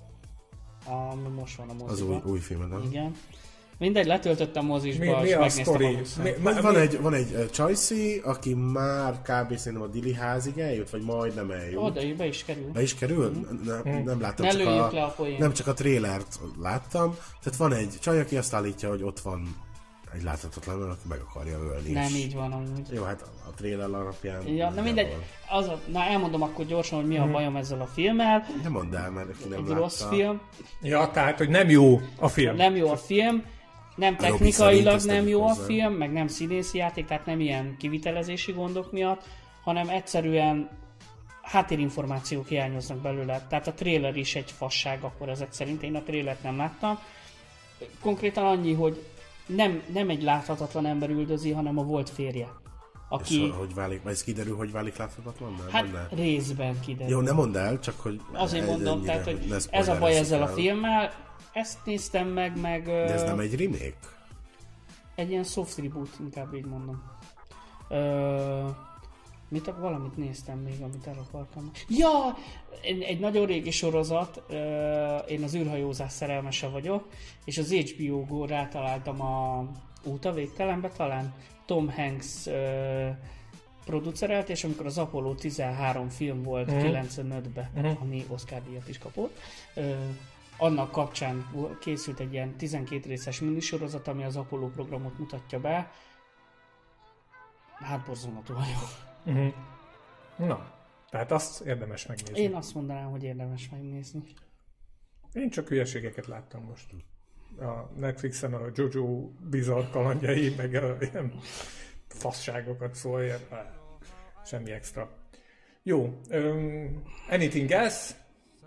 Ami most van a moziban. Az új, új filmed, nem? Igen. Mindegy, letöltöttem mozisba, Mi, mi és a megnéztem sztori? a Mi, Van, mi, van mi- egy, van egy uh, Csajci, aki már kb. Szerintem a Dili házig eljut, vagy majdnem eljut. Oda is be is kerül. Be is kerül? Ne, nem láttam, Ne csak lőjük a, le a poént. nem csak a trélert láttam. Tehát van egy csaj, aki azt állítja, hogy ott van egy láthatatlan, aki meg akarja ölni Nem is. így van amúgy. Jó, hát a trailer alapján... Ja, na mindegy, az a, na elmondom akkor gyorsan, hogy mi a bajom ezzel a filmmel. Nem mondd el, mert aki nem Egy látta. rossz film, Ja, tehát, hogy nem jó a film. nem jó a film, nem Robi technikailag szerint ezt nem tegyük jó a hozzá. film, meg nem színészi játék, tehát nem ilyen kivitelezési gondok miatt, hanem egyszerűen háttérinformációk hiányoznak belőle. Tehát a trailer is egy fasság akkor ezek szerint, én a trailert nem láttam. Konkrétan annyi, hogy nem, nem egy láthatatlan ember üldözi, hanem a volt férje. És Aki, hogy válik, vagy ez kiderül, hogy válik láthatatlan? Nem, hát mondd el. részben kiderül. Jó, nem mondd el, csak hogy... Azért egy- mondom, ennyire, tehát, hogy ne ez a baj spoilerezzük ezzel a el. filmmel, Ezt néztem meg, meg... De ez nem egy remake? Egy ilyen soft reboot, inkább így mondom. Ö, mit, valamit néztem még, amit el akartam. Ja! Egy nagyon régi sorozat, ö, én az űrhajózás szerelmese vagyok, és az há bé o Go rátaláltam a Út a végtelenbe talán. Tom Hanks ö, producerelt, és amikor az Apollo tizenhárom film volt mm. kilencvenötben, mm. ami Oscar-díjat is kapott, ö, annak kapcsán készült egy ilyen tizenkét részes minisorozat, ami az Apollo programot mutatja be. Hát borzongató vagyok. Uh-huh. Na, tehát azt érdemes megnézni. Én azt mondanám, hogy érdemes megnézni. Én csak hülyeségeket láttam most. A Netflixen a Jojo Bizarre kalandjai, meg a ilyen fasságokat, szóval ilyen, semmi extra. Jó, um, anything else?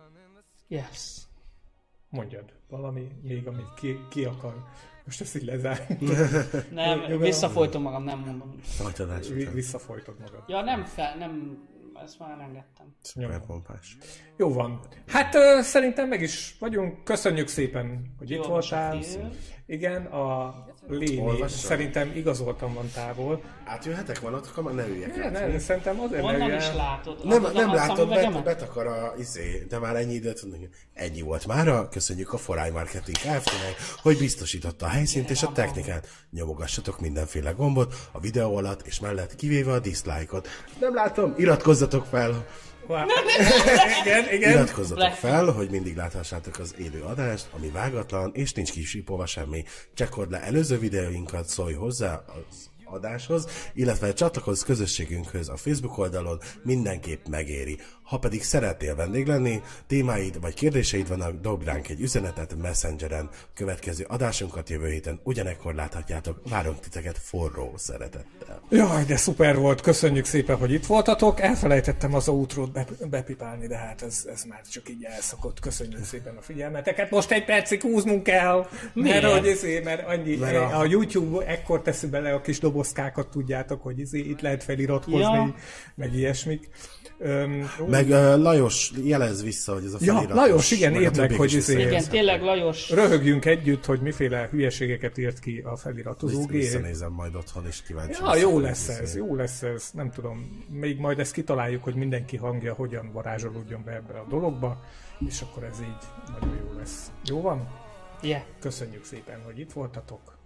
Yes. Mondjad, valami még, amit ki, ki akar. Most ezt így lezárjuk. Nem, Joga, visszafolytom magam, nem mondom. Visszafolytod magad. Ja, nem fel, nem, ezt már engedtem. Szuperpompás. Jó van. Hát uh, szerintem meg is vagyunk. Köszönjük szépen, hogy Jó, itt voltál. Igen, a Léni szerintem igazoltan van távol. Átjöhetek vonatokkal, már ne üljek át. Nem, szerintem azért Onnan ne is látod. Nem, nem látod, bet, betakar a izé, de már ennyi időt, ennyi volt mára. Köszönjük a Foráj Marketing Kft-nek, hogy biztosította a helyszínt és a technikát. Nyomogassatok mindenféle gombot a videó alatt és mellett, kivéve a dislike-ot. Nem látom, iratkozzatok fel! Wow. igen, igen. Iratkozzatok fel, hogy mindig láthassátok az élő adást, ami vágatlan, és nincs kisípolva semmi. Csekkold le előző videóinkat, szólj hozzá az adáshoz, illetve csatlakozz közösségünkhöz a Facebook oldalon, mindenképp megéri. Ha pedig szeretnél vendég lenni, témáid vagy kérdéseid vannak, dobd ránk egy üzenetet Messengeren. Következő adásunkat jövő héten ugyanekkor láthatjátok. Várunk titeket forró szeretettel. Jaj, de szuper volt, köszönjük szépen, hogy itt voltatok. Elfelejtettem az outrót be, bepipálni, de hát ez, ez már csak így elszokott. Köszönjük szépen a figyelmeteket. Most egy percig húznunk kell, mert, hogy izé, mert annyi, mert a... a YouTube ekkor teszi bele a kis dobozkákat, tudjátok, hogy izé, itt lehet feliratkozni, ja. meg ilyesmik. Um, meg uh, Lajos, jelez vissza, hogy ez a feliratos. Ja, Lajos, igen, írd meg, hogy izé, igen, tényleg Lajos. Röhögjünk együtt, hogy miféle hülyeségeket írt ki a feliratozó gép. Visszanézem majd otthon, és kíváncsi. Ja, jó lesz ez, jó lesz ez, nem tudom. Még majd ezt kitaláljuk, hogy mindenki hangja hogyan varázsolódjon be ebbe a dologba, és akkor ez így nagyon jó lesz. Jó van? Yeah. Köszönjük szépen, hogy itt voltatok.